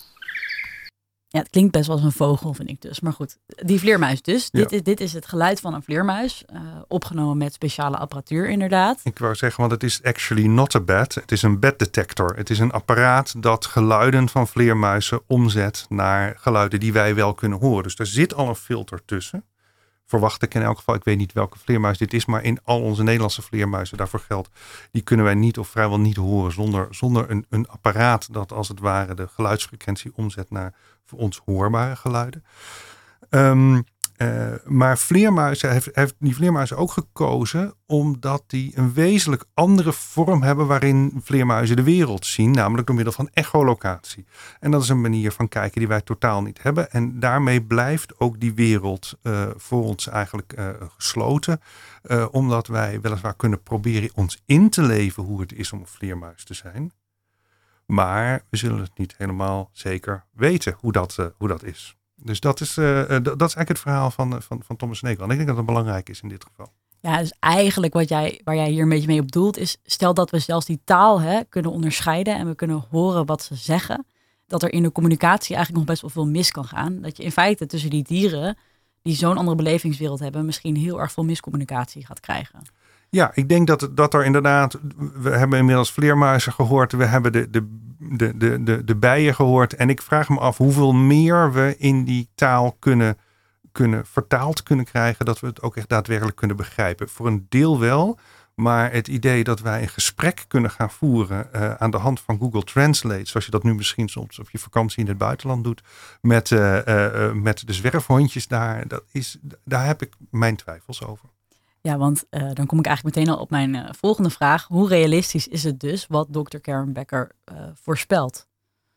Ja, het klinkt best wel als een vogel, vind ik dus. Maar goed, die vleermuis dus. Ja. Dit, is, dit is het geluid van een vleermuis. Uh, opgenomen met speciale apparatuur inderdaad. Ik wou zeggen, want het is actually not a bat. Het is een bat detector. Het is een apparaat dat geluiden van vleermuizen omzet naar geluiden die wij wel kunnen horen. Dus daar zit al een filter tussen. Verwacht ik in elk geval. Ik weet niet welke vleermuis dit is, maar in al onze Nederlandse vleermuizen, daarvoor geldt, die kunnen wij niet of vrijwel niet horen zonder, zonder een, een apparaat dat als het ware de geluidsfrequentie omzet naar voor ons hoorbare geluiden. Um, uh, maar vleermuizen heeft, heeft die vleermuizen ook gekozen omdat die een wezenlijk andere vorm hebben waarin vleermuizen de wereld zien, namelijk door middel van echolocatie. En dat is een manier van kijken die wij totaal niet hebben. En daarmee blijft ook die wereld uh, voor ons eigenlijk uh, gesloten. Uh, omdat wij weliswaar kunnen proberen ons in te leven hoe het is om een vleermuis te zijn. Maar we zullen het niet helemaal zeker weten hoe dat, uh, hoe dat is. Dus dat is, uh, d- dat is eigenlijk het verhaal van, van, van Thomas Nagel. En ik denk dat het belangrijk is in dit geval. Ja, dus eigenlijk wat jij, waar jij hier een beetje mee op doelt is, stel dat we zelfs die taal hè, kunnen onderscheiden en we kunnen horen wat ze zeggen, dat er in de communicatie eigenlijk nog best wel veel mis kan gaan. Dat je in feite tussen die dieren die zo'n andere belevingswereld hebben, misschien heel erg veel miscommunicatie gaat krijgen. Ja, ik denk dat, dat er inderdaad, we hebben inmiddels vleermuizen gehoord, we hebben de, de, de, de, de, de bijen gehoord. En ik vraag me af hoeveel meer we in die taal kunnen, kunnen vertaald kunnen krijgen, dat we het ook echt daadwerkelijk kunnen begrijpen. Voor een deel wel, maar het idee dat wij een gesprek kunnen gaan voeren uh, aan de hand van Google Translate, zoals je dat nu misschien soms op je vakantie in het buitenland doet, met, uh, uh, met de zwerfhondjes daar, dat is, daar heb ik mijn twijfels over. Ja, want uh, dan kom ik eigenlijk meteen al op mijn uh, volgende vraag. Hoe realistisch is het dus wat dokter Karen Becker uh, voorspelt?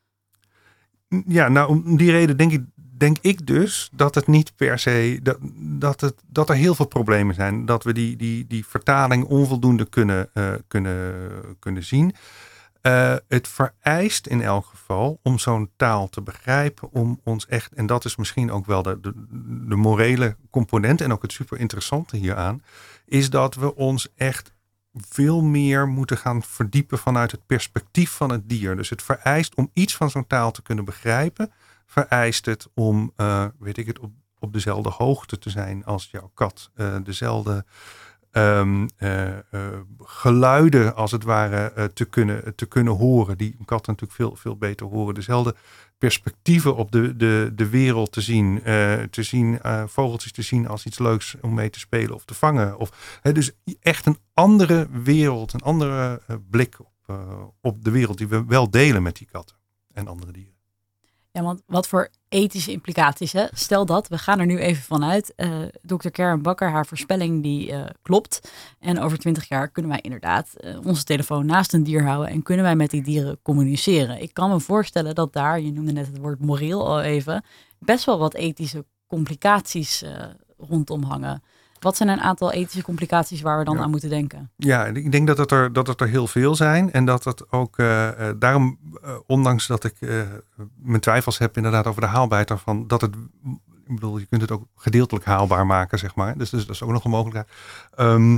Ja, nou om die reden denk ik, denk ik dus dat het niet per se, dat, dat, het, dat er heel veel problemen zijn. Dat we die, die, die vertaling onvoldoende kunnen, uh, kunnen, kunnen zien. Uh, het vereist in elk geval om zo'n taal te begrijpen, om ons echt, en dat is misschien ook wel de, de, de morele component en ook het super interessante hieraan, is dat we ons echt veel meer moeten gaan verdiepen vanuit het perspectief van het dier. Dus het vereist om iets van zo'n taal te kunnen begrijpen, vereist het om, uh, weet ik het, op, op dezelfde hoogte te zijn als jouw kat, uh, dezelfde Um, uh, uh, geluiden als het ware uh, te, kunnen, te kunnen horen. Die katten natuurlijk veel, veel beter horen. Dezelfde perspectieven op de, de, de wereld te zien. Uh, te zien uh, vogeltjes te zien als iets leuks om mee te spelen of te vangen. Of, uh, dus echt een andere wereld. Een andere uh, blik op, uh, op de wereld die we wel delen met die katten en andere dieren. Ja, want wat voor ethische implicaties, hè? Stel dat, we gaan er nu even vanuit. Uh, dokter Karen Becker, haar voorspelling die uh, klopt. En over twintig jaar kunnen wij inderdaad uh, onze telefoon naast een dier houden en kunnen wij met die dieren communiceren. Ik kan me voorstellen dat daar, je noemde net het woord moreel al even, best wel wat ethische complicaties uh, rondom hangen. Wat zijn een aantal ethische complicaties waar we dan ja. aan moeten denken? Ja, ik denk dat het er, dat het er heel veel zijn. En dat het ook, uh, daarom, uh, ondanks dat ik uh, mijn twijfels heb inderdaad over de haalbaarheid daarvan, dat het, ik bedoel, je kunt het ook gedeeltelijk haalbaar maken, zeg maar. Dus, dus dat is ook nog een mogelijkheid. Um,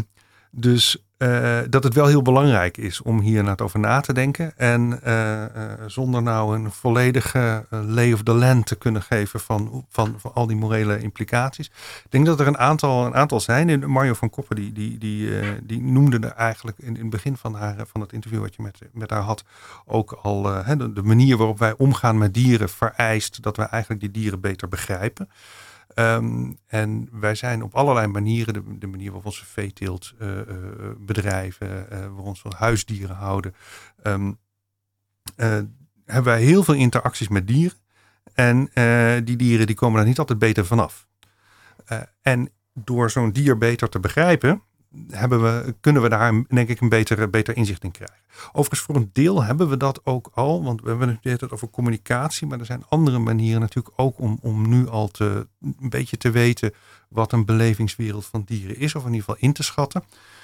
Dus uh, dat het wel heel belangrijk is om hier naar over na te denken. En uh, uh, zonder nou een volledige uh, lay of the land te kunnen geven van, van, van al die morele implicaties. Ik denk dat er een aantal, een aantal zijn. Mario van Koppen die, die, die, uh, die noemde er eigenlijk in, in het begin van, haar, van het interview wat je met, met haar had ook al uh, de, de manier waarop wij omgaan met dieren vereist dat wij eigenlijk die dieren beter begrijpen. Um, en wij zijn op allerlei manieren, de, de manier waarop onze veeteelt uh, uh, bedrijven, uh, waar we onze huisdieren houden, um, uh, hebben wij heel veel interacties met dieren. En uh, die dieren die komen daar niet altijd beter vanaf. Uh, en door zo'n dier beter te begrijpen, hebben we, kunnen we daar denk ik een beter, beter inzicht in krijgen. Overigens voor een deel hebben we dat ook al, want we hebben het over communicatie, maar er zijn andere manieren natuurlijk ook om, om nu al te, een beetje te weten wat een belevingswereld van dieren is, of in ieder geval in te schatten.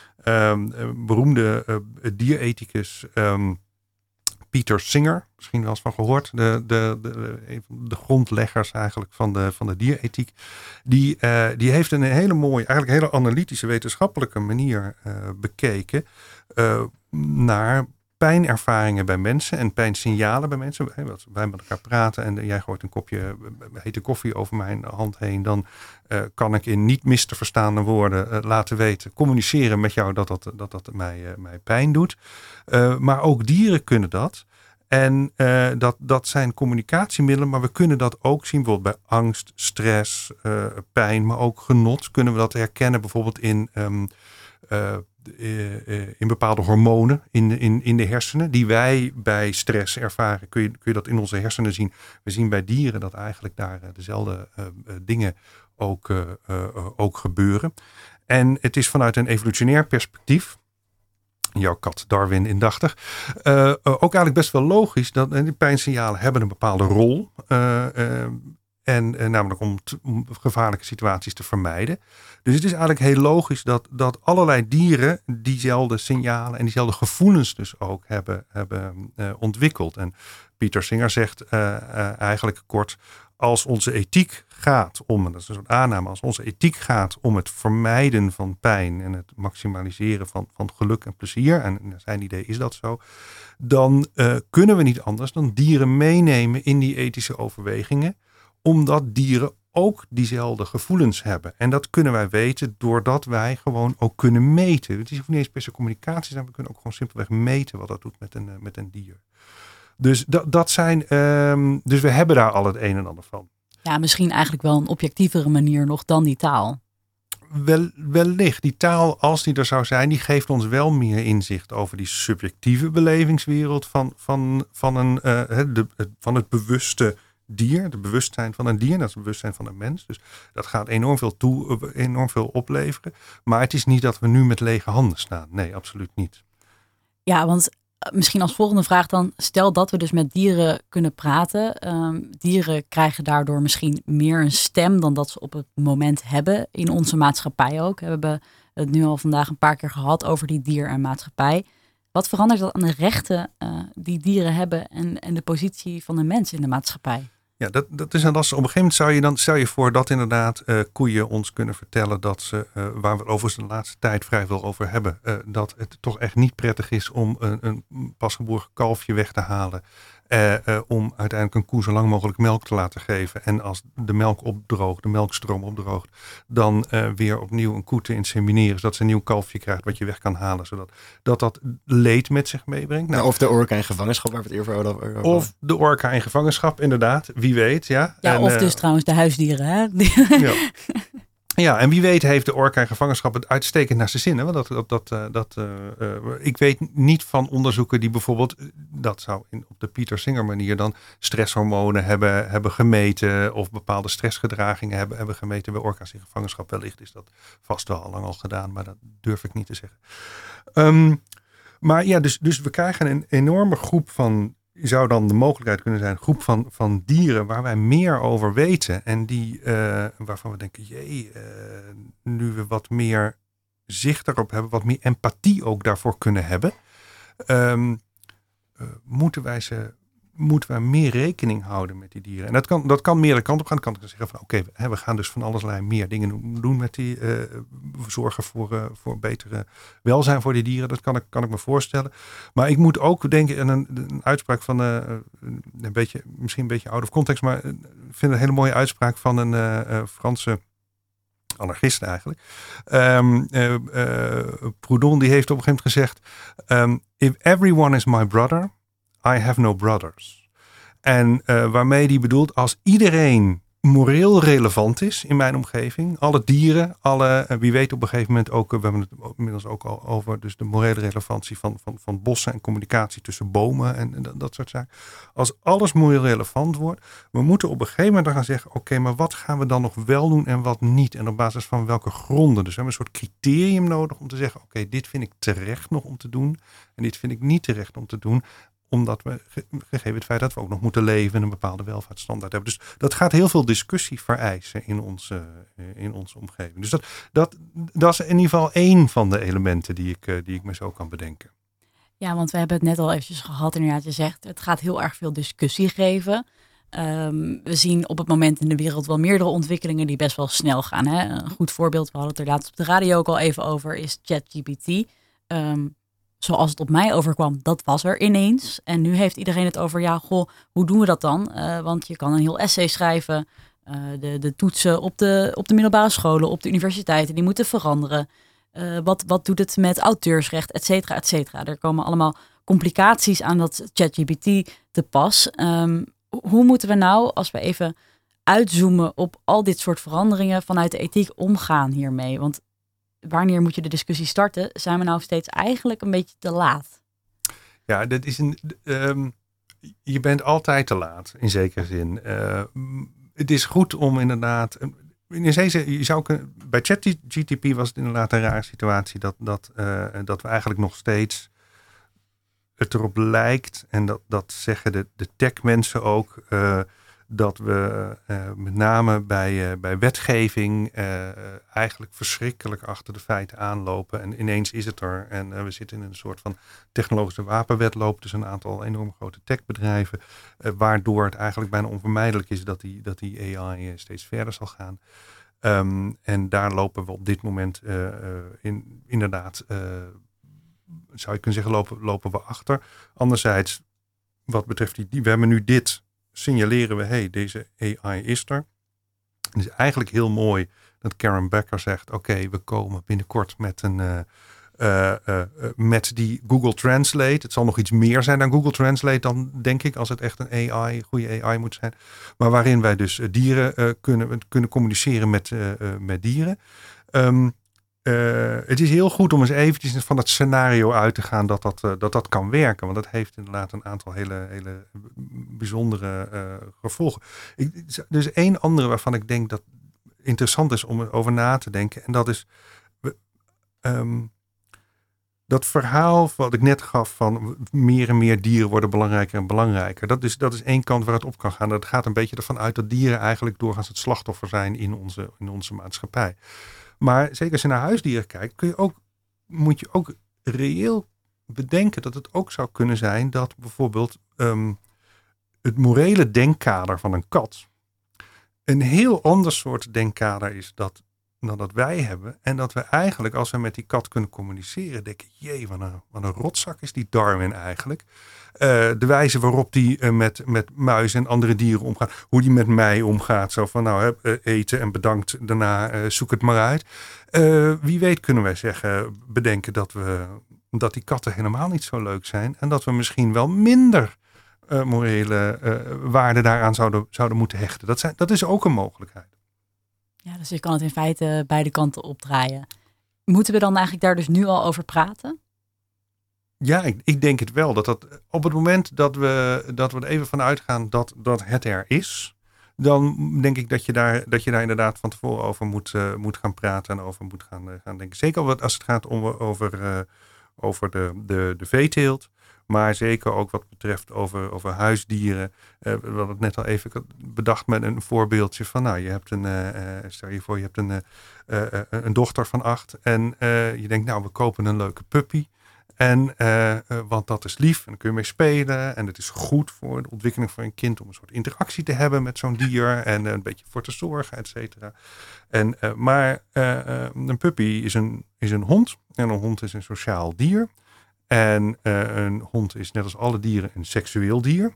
Um, een beroemde uh, dierethicus um, Peter Singer, misschien wel eens van gehoord, de, de, de, de grondleggers eigenlijk van de, van de dierethiek. Die, uh, die heeft een hele mooie, eigenlijk een hele analytische wetenschappelijke manier uh, bekeken uh, naar pijnervaringen bij mensen en pijnsignalen bij mensen. Als wij met elkaar praten en jij gooit een kopje hete koffie over mijn hand heen, dan uh, kan ik in niet mis te verstaande woorden uh, laten weten, communiceren met jou dat dat, dat, dat mij, uh, mij pijn doet. Uh, maar ook dieren kunnen dat. En uh, dat, dat zijn communicatiemiddelen, maar we kunnen dat ook zien bijvoorbeeld bij angst, stress, uh, pijn, maar ook genot. Kunnen we dat herkennen bijvoorbeeld in, um, uh, uh, uh, in bepaalde hormonen in, in, in de hersenen die wij bij stress ervaren. Kun je, kun je dat in onze hersenen zien. We zien bij dieren dat eigenlijk daar uh, dezelfde uh, uh, dingen ook, uh, uh, uh, ook gebeuren. En het is vanuit een evolutionair perspectief, jouw kat Darwin indachtig, uh, uh, ook eigenlijk best wel logisch dat uh, die pijnsignalen hebben een bepaalde rol. Uh, uh, en uh, namelijk om, t- om gevaarlijke situaties te vermijden. Dus het is eigenlijk heel logisch dat, dat allerlei dieren diezelfde signalen en diezelfde gevoelens dus ook hebben, hebben uh, ontwikkeld. En Peter Singer zegt uh, uh, eigenlijk kort, als onze ethiek gaat om, en dat is een soort aanname, als onze ethiek gaat om het vermijden van pijn en het maximaliseren van, van geluk en plezier, en naar zijn idee is dat zo, dan uh, kunnen we niet anders dan dieren meenemen in die ethische overwegingen, omdat dieren ook diezelfde gevoelens hebben. En dat kunnen wij weten doordat wij gewoon ook kunnen meten. Het is niet eens per se communicatie zijn, we kunnen ook gewoon simpelweg meten wat dat doet met een, met een dier. Dus dat, dat zijn, um, dus we hebben daar al het een en ander van. Ja, misschien eigenlijk wel een objectievere manier nog dan die taal. Wel, wellicht. Die taal, als die er zou zijn, die geeft ons wel meer inzicht over die subjectieve belevingswereld van, van, van, een, uh, de, van het bewuste dier. Het bewustzijn van een dier, dat is het bewustzijn van een mens. Dus dat gaat enorm veel, toe, enorm veel opleveren. Maar het is niet dat we nu met lege handen staan. Nee, absoluut niet. Ja, want misschien als volgende vraag dan, stel dat we dus met dieren kunnen praten. Um, dieren krijgen daardoor misschien meer een stem dan dat ze op het moment hebben in onze maatschappij ook. We hebben het nu al vandaag een paar keer gehad over die dier en maatschappij. Wat verandert dat aan de rechten uh, die dieren hebben en, en de positie van de mens in de maatschappij? Ja, dat, dat is een lastig. Op een gegeven moment zou je dan, stel je voor dat inderdaad uh, koeien ons kunnen vertellen dat ze, uh, waar we het overigens de laatste tijd vrij veel over hebben, uh, dat het toch echt niet prettig is om een, een pasgeboren kalfje weg te halen. Uh, uh, om uiteindelijk een koe zo lang mogelijk melk te laten geven. En als de melk opdroogt, de melkstroom opdroogt, dan uh, weer opnieuw een koe te insemineren, zodat ze een nieuw kalfje krijgt wat je weg kan halen. Zodat dat, dat leed met zich meebrengt. Nou, of de orka in gevangenschap, waar we het eerder over hadden. Of de orka in gevangenschap, inderdaad. Wie weet, ja. Ja, en, of dus uh, trouwens de huisdieren, hè? Ja. Ja, en wie weet heeft de orka in gevangenschap het uitstekend naar zijn zin. Hè? Want dat, dat, dat, dat, uh, uh, ik weet niet van onderzoeken die bijvoorbeeld, dat zou in, op de Peter Singer manier dan stresshormonen hebben, hebben gemeten of bepaalde stressgedragingen hebben, hebben gemeten bij orka's in gevangenschap. Wellicht is dat vast wel al lang al gedaan, maar dat durf ik niet te zeggen. Um, maar ja, dus, dus we krijgen een enorme groep van, zou dan de mogelijkheid kunnen zijn, een groep van, van dieren waar wij meer over weten. En die, uh, waarvan we denken, jee, uh, nu we wat meer zicht daarop hebben, wat meer empathie ook daarvoor kunnen hebben, um, uh, moeten wij ze, moeten wij meer rekening houden met die dieren. En dat kan, dat kan meerdere kanten op gaan. Dan kan ik zeggen van, oké, okay, we gaan dus van allerlei meer dingen doen met die, uh, zorgen voor, uh, voor betere welzijn voor die dieren. Dat kan ik, kan ik me voorstellen. Maar ik moet ook denken aan een, een uitspraak van uh, een beetje, misschien een beetje out of context, maar ik vind een hele mooie uitspraak van een uh, uh, Franse anarchist eigenlijk. Um, uh, uh, Proudhon die heeft op een gegeven moment gezegd, um, if everyone is my brother, I have no brothers. En uh, waarmee die bedoelt, als iedereen moreel relevant is in mijn omgeving, alle dieren, alle, uh, wie weet op een gegeven moment ook, uh, we hebben het inmiddels ook al over, dus de morele relevantie van, van, van bossen en communicatie tussen bomen en, en dat, dat soort zaken. Als alles moreel relevant wordt, we moeten op een gegeven moment dan gaan zeggen, oké, okay, maar wat gaan we dan nog wel doen en wat niet? En op basis van welke gronden? Dus we hebben een soort criterium nodig om te zeggen, oké, okay, dit vind ik terecht nog om te doen en dit vind ik niet terecht om te doen. Omdat we, gegeven het feit dat we ook nog moeten leven en een bepaalde welvaartsstandaard hebben. Dus dat gaat heel veel discussie vereisen in onze, in onze omgeving. Dus dat, dat, dat is in ieder geval één van de elementen die ik, die ik me zo kan bedenken. Ja, want we hebben het net al eventjes gehad. Inderdaad, je zegt, het gaat heel erg veel discussie geven. Um, we zien op het moment in de wereld wel meerdere ontwikkelingen die best wel snel gaan. Hè? Een goed voorbeeld, we hadden het er laatst op de radio ook al even over, is ChatGPT. Um, Zoals het op mij overkwam, dat was er ineens. En nu heeft iedereen het over, ja, goh, hoe doen we dat dan? Uh, want je kan een heel essay schrijven. Uh, de, de toetsen op de, op de middelbare scholen, op de universiteiten, die moeten veranderen. Uh, wat, wat doet het met auteursrecht, et cetera, et cetera. Er komen allemaal complicaties aan dat ChatGPT te pas. Um, hoe moeten we nou, als we even uitzoomen op al dit soort veranderingen, vanuit de ethiek omgaan hiermee? Want wanneer moet je de discussie starten? Zijn we nou steeds eigenlijk een beetje te laat? Ja, dat is een. Um, je bent altijd te laat, in zekere zin. Uh, het is goed om inderdaad. In deze, je zou kunnen, bij ChatGPT was het inderdaad een rare situatie dat, dat, uh, dat we eigenlijk nog steeds het erop lijkt, en dat, dat zeggen de, de tech-mensen ook, uh, dat we uh, met name bij, uh, bij wetgeving uh, eigenlijk verschrikkelijk achter de feiten aanlopen. En ineens is het er. En uh, we zitten in een soort van technologische wapenwedloop tussen een aantal enorm grote techbedrijven. Uh, waardoor het eigenlijk bijna onvermijdelijk is dat die, dat die A I steeds verder zal gaan. Um, en daar lopen we op dit moment uh, uh, in, inderdaad, uh, zou je kunnen zeggen, lopen, lopen we achter. Anderzijds, wat betreft die, die we hebben nu dit, signaleren we, hey, deze A I is er. Het is eigenlijk heel mooi dat Karen Becker zegt, oké, okay, we komen binnenkort met een uh, uh, uh, met die Google Translate. Het zal nog iets meer zijn dan Google Translate dan, denk ik, als het echt een A I, goede A I moet zijn. Maar waarin wij dus uh, dieren uh, kunnen, kunnen communiceren met, uh, uh, met dieren. Um, Uh, het is heel goed om eens eventjes van het scenario uit te gaan dat dat, uh, dat, dat kan werken. Want dat heeft inderdaad een aantal hele, hele bijzondere uh, gevolgen. Ik, er is één andere waarvan ik denk dat interessant is om over na te denken. En dat is um, dat verhaal wat ik net gaf van meer en meer dieren worden belangrijker en belangrijker. Dat is, dat is één kant waar het op kan gaan. Dat gaat een beetje ervan uit dat dieren eigenlijk doorgaans het slachtoffer zijn in onze, in onze maatschappij. Maar zeker als je naar huisdieren kijkt, kun je ook, moet je ook reëel bedenken dat het ook zou kunnen zijn dat bijvoorbeeld um, het morele denkkader van een kat een heel ander soort denkkader is dat, dan dat wij hebben. En dat we eigenlijk, als we met die kat kunnen communiceren, denken, jee, wat een, wat een rotzak is die Darwin eigenlijk. Uh, de wijze waarop die uh, met, met muizen en andere dieren omgaat. Hoe die met mij omgaat. Zo van, nou, uh, eten en bedankt. Daarna uh, zoek het maar uit. Uh, wie weet kunnen wij zeggen, bedenken dat, we, dat die katten helemaal niet zo leuk zijn. En dat we misschien wel minder uh, morele uh, waarde daaraan zouden, zouden moeten hechten. Dat, zijn, dat is ook een mogelijkheid. Ja, dus je kan het in feite beide kanten opdraaien. Moeten we dan eigenlijk daar dus nu al over praten? Ja, ik, ik denk het wel. Dat dat op het moment dat we, dat we er even van uitgaan dat, dat het er is, dan denk ik dat je daar, dat je daar inderdaad van tevoren over moet, uh, moet gaan praten en over moet gaan, uh, gaan denken. Zeker als het gaat om, over, uh, over de, de, de veeteelt. Maar zeker ook wat betreft over, over huisdieren. Uh, we hadden het net al even bedacht met een voorbeeldje van, nou, je hebt een, uh, stel je voor, je hebt een, uh, uh, een dochter van acht en uh, je denkt, nou, we kopen een leuke puppy. En, uh, uh, want dat is lief en dan kun je mee spelen. En het is goed voor de ontwikkeling van een kind om een soort interactie te hebben met zo'n dier. En uh, een beetje voor te zorgen, et cetera. En, uh, maar uh, uh, een puppy is een, is een hond. En een hond is een sociaal dier. En uh, een hond is net als alle dieren een seksueel dier.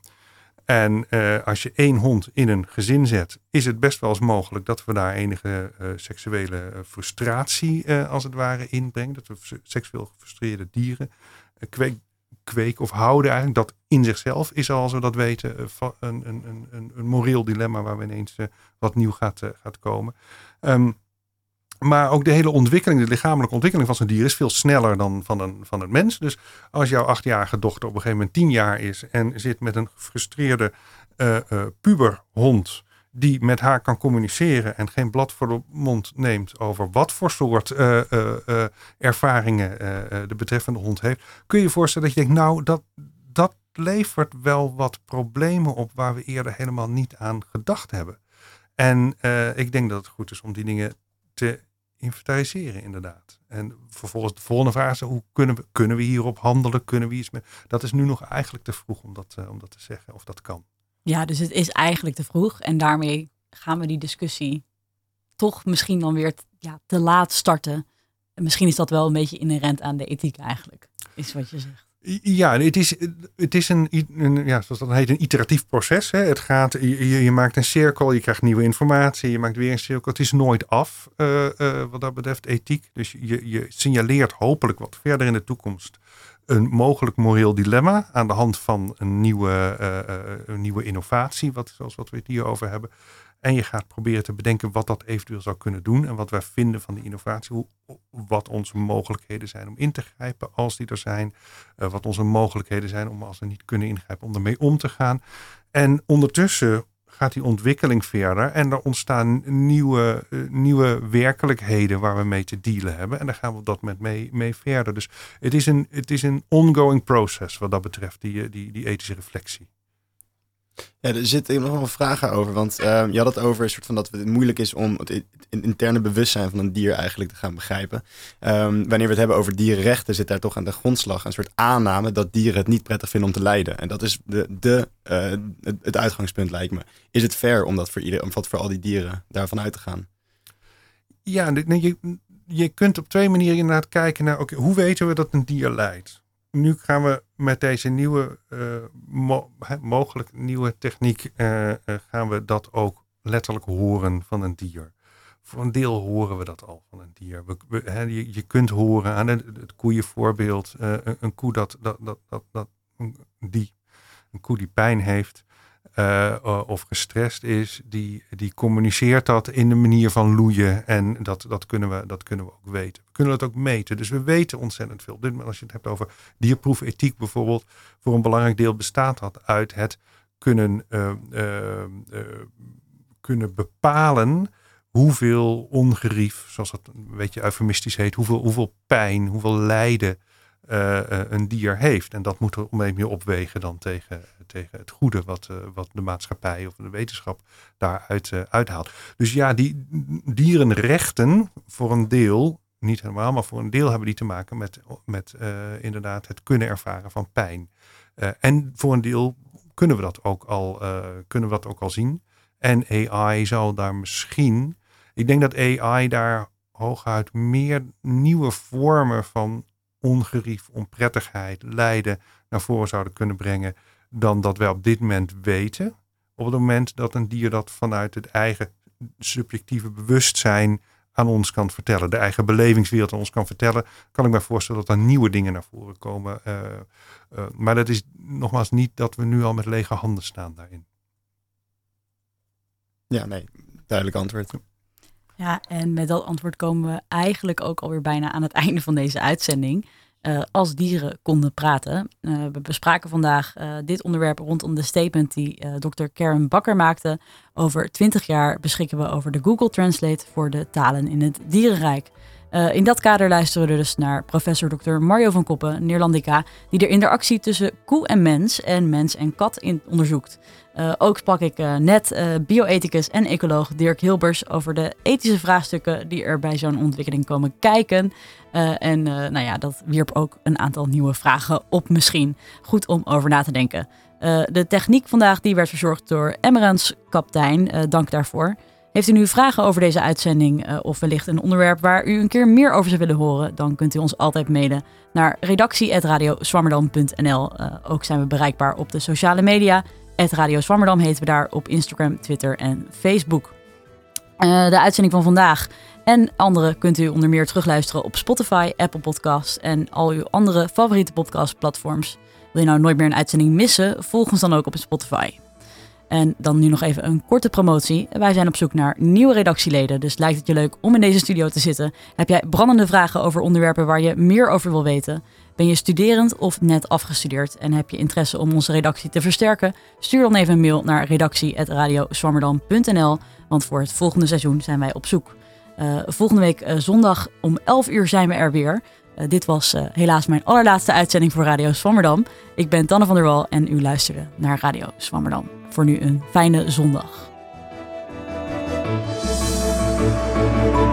En uh, als je één hond in een gezin zet, is het best wel eens mogelijk dat we daar enige uh, seksuele frustratie uh, als het ware inbrengen. Dat we seksueel gefrustreerde dieren uh, kweek, kweek of houden eigenlijk. Dat in zichzelf is al, als we dat weten, uh, een, een, een, een moreel dilemma waar we ineens uh, wat nieuw gaat, uh, gaat komen. Um, Maar ook de hele ontwikkeling, de lichamelijke ontwikkeling van zo'n dier is veel sneller dan van een, van een mens. Dus als jouw achtjarige dochter op een gegeven moment tien jaar is en zit met een gefrustreerde uh, uh, puberhond die met haar kan communiceren en geen blad voor de mond neemt over wat voor soort uh, uh, uh, ervaringen uh, de betreffende hond heeft, kun je je voorstellen dat je denkt, nou, dat, dat levert wel wat problemen op waar we eerder helemaal niet aan gedacht hebben. En uh, ik denk dat het goed is om die dingen te inventariseren, inderdaad. En vervolgens de volgende vraag is, hoe kunnen we, kunnen we hierop handelen? Kunnen we iets met? Dat is nu nog eigenlijk te vroeg om dat, uh, om dat te zeggen of dat kan. Ja, dus het is eigenlijk te vroeg. En daarmee gaan we die discussie toch misschien dan weer t, ja, te laat starten. En misschien is dat wel een beetje inherent aan de ethiek eigenlijk, is wat je zegt. Ja, het is, het is een, een, ja, zoals dat heet, een iteratief proces. Hè. Het gaat, je, je maakt een cirkel, je krijgt nieuwe informatie, je maakt weer een cirkel. Het is nooit af uh, uh, wat dat betreft ethiek. Dus je, je signaleert hopelijk wat verder in de toekomst een mogelijk moreel dilemma aan de hand van een nieuwe, uh, uh, een nieuwe innovatie, wat, zoals wat we het hier over hebben. En je gaat proberen te bedenken wat dat eventueel zou kunnen doen. En wat wij vinden van die innovatie. Hoe, wat onze mogelijkheden zijn om in te grijpen als die er zijn. Uh, wat onze mogelijkheden zijn om als we niet kunnen ingrijpen om ermee om te gaan. En ondertussen gaat die ontwikkeling verder. En er ontstaan nieuwe, uh, nieuwe werkelijkheden waar we mee te dealen hebben. En daar gaan we dat met mee, mee verder. Dus het is een, het is een ongoing process wat dat betreft. Die, die, die ethische reflectie. Ja, er zitten nog wel vragen over. Want uh, je had het over een soort van dat het moeilijk is om het interne bewustzijn van een dier eigenlijk te gaan begrijpen. Um, wanneer we het hebben over dierenrechten, zit daar toch aan de grondslag een soort aanname dat dieren het niet prettig vinden om te lijden. En dat is de, de, uh, het, het uitgangspunt, lijkt me. Is het fair om dat voor, ieder, om voor al die dieren daarvan uit te gaan? Ja, nee, je, je kunt op twee manieren inderdaad kijken naar, okay, hoe weten we dat een dier lijdt? Nu gaan we met deze nieuwe, uh, mo- mogelijk nieuwe techniek, uh, uh, gaan we dat ook letterlijk horen van een dier. Voor een deel horen we dat al van een dier. We, we, he, je, je kunt horen aan het, het koeienvoorbeeld, uh, een, een koe dat, dat, dat, dat, dat die, een koe die pijn heeft uh, of gestrest is, die, die communiceert dat in de manier van loeien. En dat, dat, kunnen we, dat kunnen we ook weten. We kunnen het ook meten. Dus we weten ontzettend veel. Dit, als je het hebt over dierproefethiek bijvoorbeeld, voor een belangrijk deel bestaat dat uit het kunnen, uh, uh, uh, kunnen bepalen hoeveel ongerief, zoals dat een beetje eufemistisch heet, hoeveel, hoeveel pijn, hoeveel lijden Uh, uh, een dier heeft. En dat moet er om een meer opwegen dan tegen, tegen het goede wat, uh, wat de maatschappij of de wetenschap daaruit uh, uithaalt. Dus ja, die dierenrechten voor een deel, niet helemaal, maar voor een deel hebben die te maken met, met uh, inderdaad het kunnen ervaren van pijn. Uh, en voor een deel kunnen we dat ook al, uh, kunnen we dat ook al zien. En A I zal daar misschien, ik denk dat A I daar hooguit meer nieuwe vormen van ongerief, onprettigheid, lijden naar voren zouden kunnen brengen dan dat wij op dit moment weten. Op het moment dat een dier dat vanuit het eigen subjectieve bewustzijn aan ons kan vertellen, de eigen belevingswereld aan ons kan vertellen, kan ik me voorstellen dat er nieuwe dingen naar voren komen. Uh, uh, maar dat is nogmaals niet dat we nu al met lege handen staan daarin. Ja, nee, duidelijk antwoord. Ja, en met dat antwoord komen we eigenlijk ook alweer bijna aan het einde van deze uitzending. Uh, als dieren konden praten. Uh, we bespraken vandaag uh, dit onderwerp rondom de statement die uh, dokter Karen Bakker maakte. Over twintig jaar beschikken we over de Google Translate voor de talen in het dierenrijk. Uh, in dat kader luisteren we dus naar professor dokter Mario van Koppen, Neerlandica, die de interactie tussen koe en mens en mens en kat in onderzoekt. Uh, ook sprak ik uh, net uh, bioethicus en ecoloog Dirk Hilbers over de ethische vraagstukken die er bij zo'n ontwikkeling komen kijken. Uh, en uh, nou ja, dat wierp ook een aantal nieuwe vragen op misschien. Goed om over na te denken. Uh, de techniek vandaag die werd verzorgd door Emmerans Kaptein. Uh, dank daarvoor. Heeft u nu vragen over deze uitzending uh, of wellicht een onderwerp waar u een keer meer over zou willen horen, dan kunt u ons altijd mailen naar redactie at radio swammerdam punt n l. Uh, ook zijn we bereikbaar op de sociale media. at Radio Swammerdam heten we daar op Instagram, Twitter en Facebook. Uh, de uitzending van vandaag en andere kunt u onder meer terugluisteren op Spotify, Apple Podcasts en al uw andere favoriete podcastplatforms. Wil je nou nooit meer een uitzending missen? Volg ons dan ook op Spotify. En dan nu nog even een korte promotie. Wij zijn op zoek naar nieuwe redactieleden, dus lijkt het je leuk om in deze studio te zitten? Heb jij brandende vragen over onderwerpen waar je meer over wil weten? Ben je studerend of net afgestudeerd en heb je interesse om onze redactie te versterken? Stuur dan even een mail naar redactie at radio swammerdam punt n l, want voor het volgende seizoen zijn wij op zoek. Uh, volgende week uh, zondag om elf uur zijn we er weer. Uh, dit was uh, helaas mijn allerlaatste uitzending voor Radio Swammerdam. Ik ben Tanne van der Wal en u luisterde naar Radio Swammerdam. Voor nu een fijne zondag.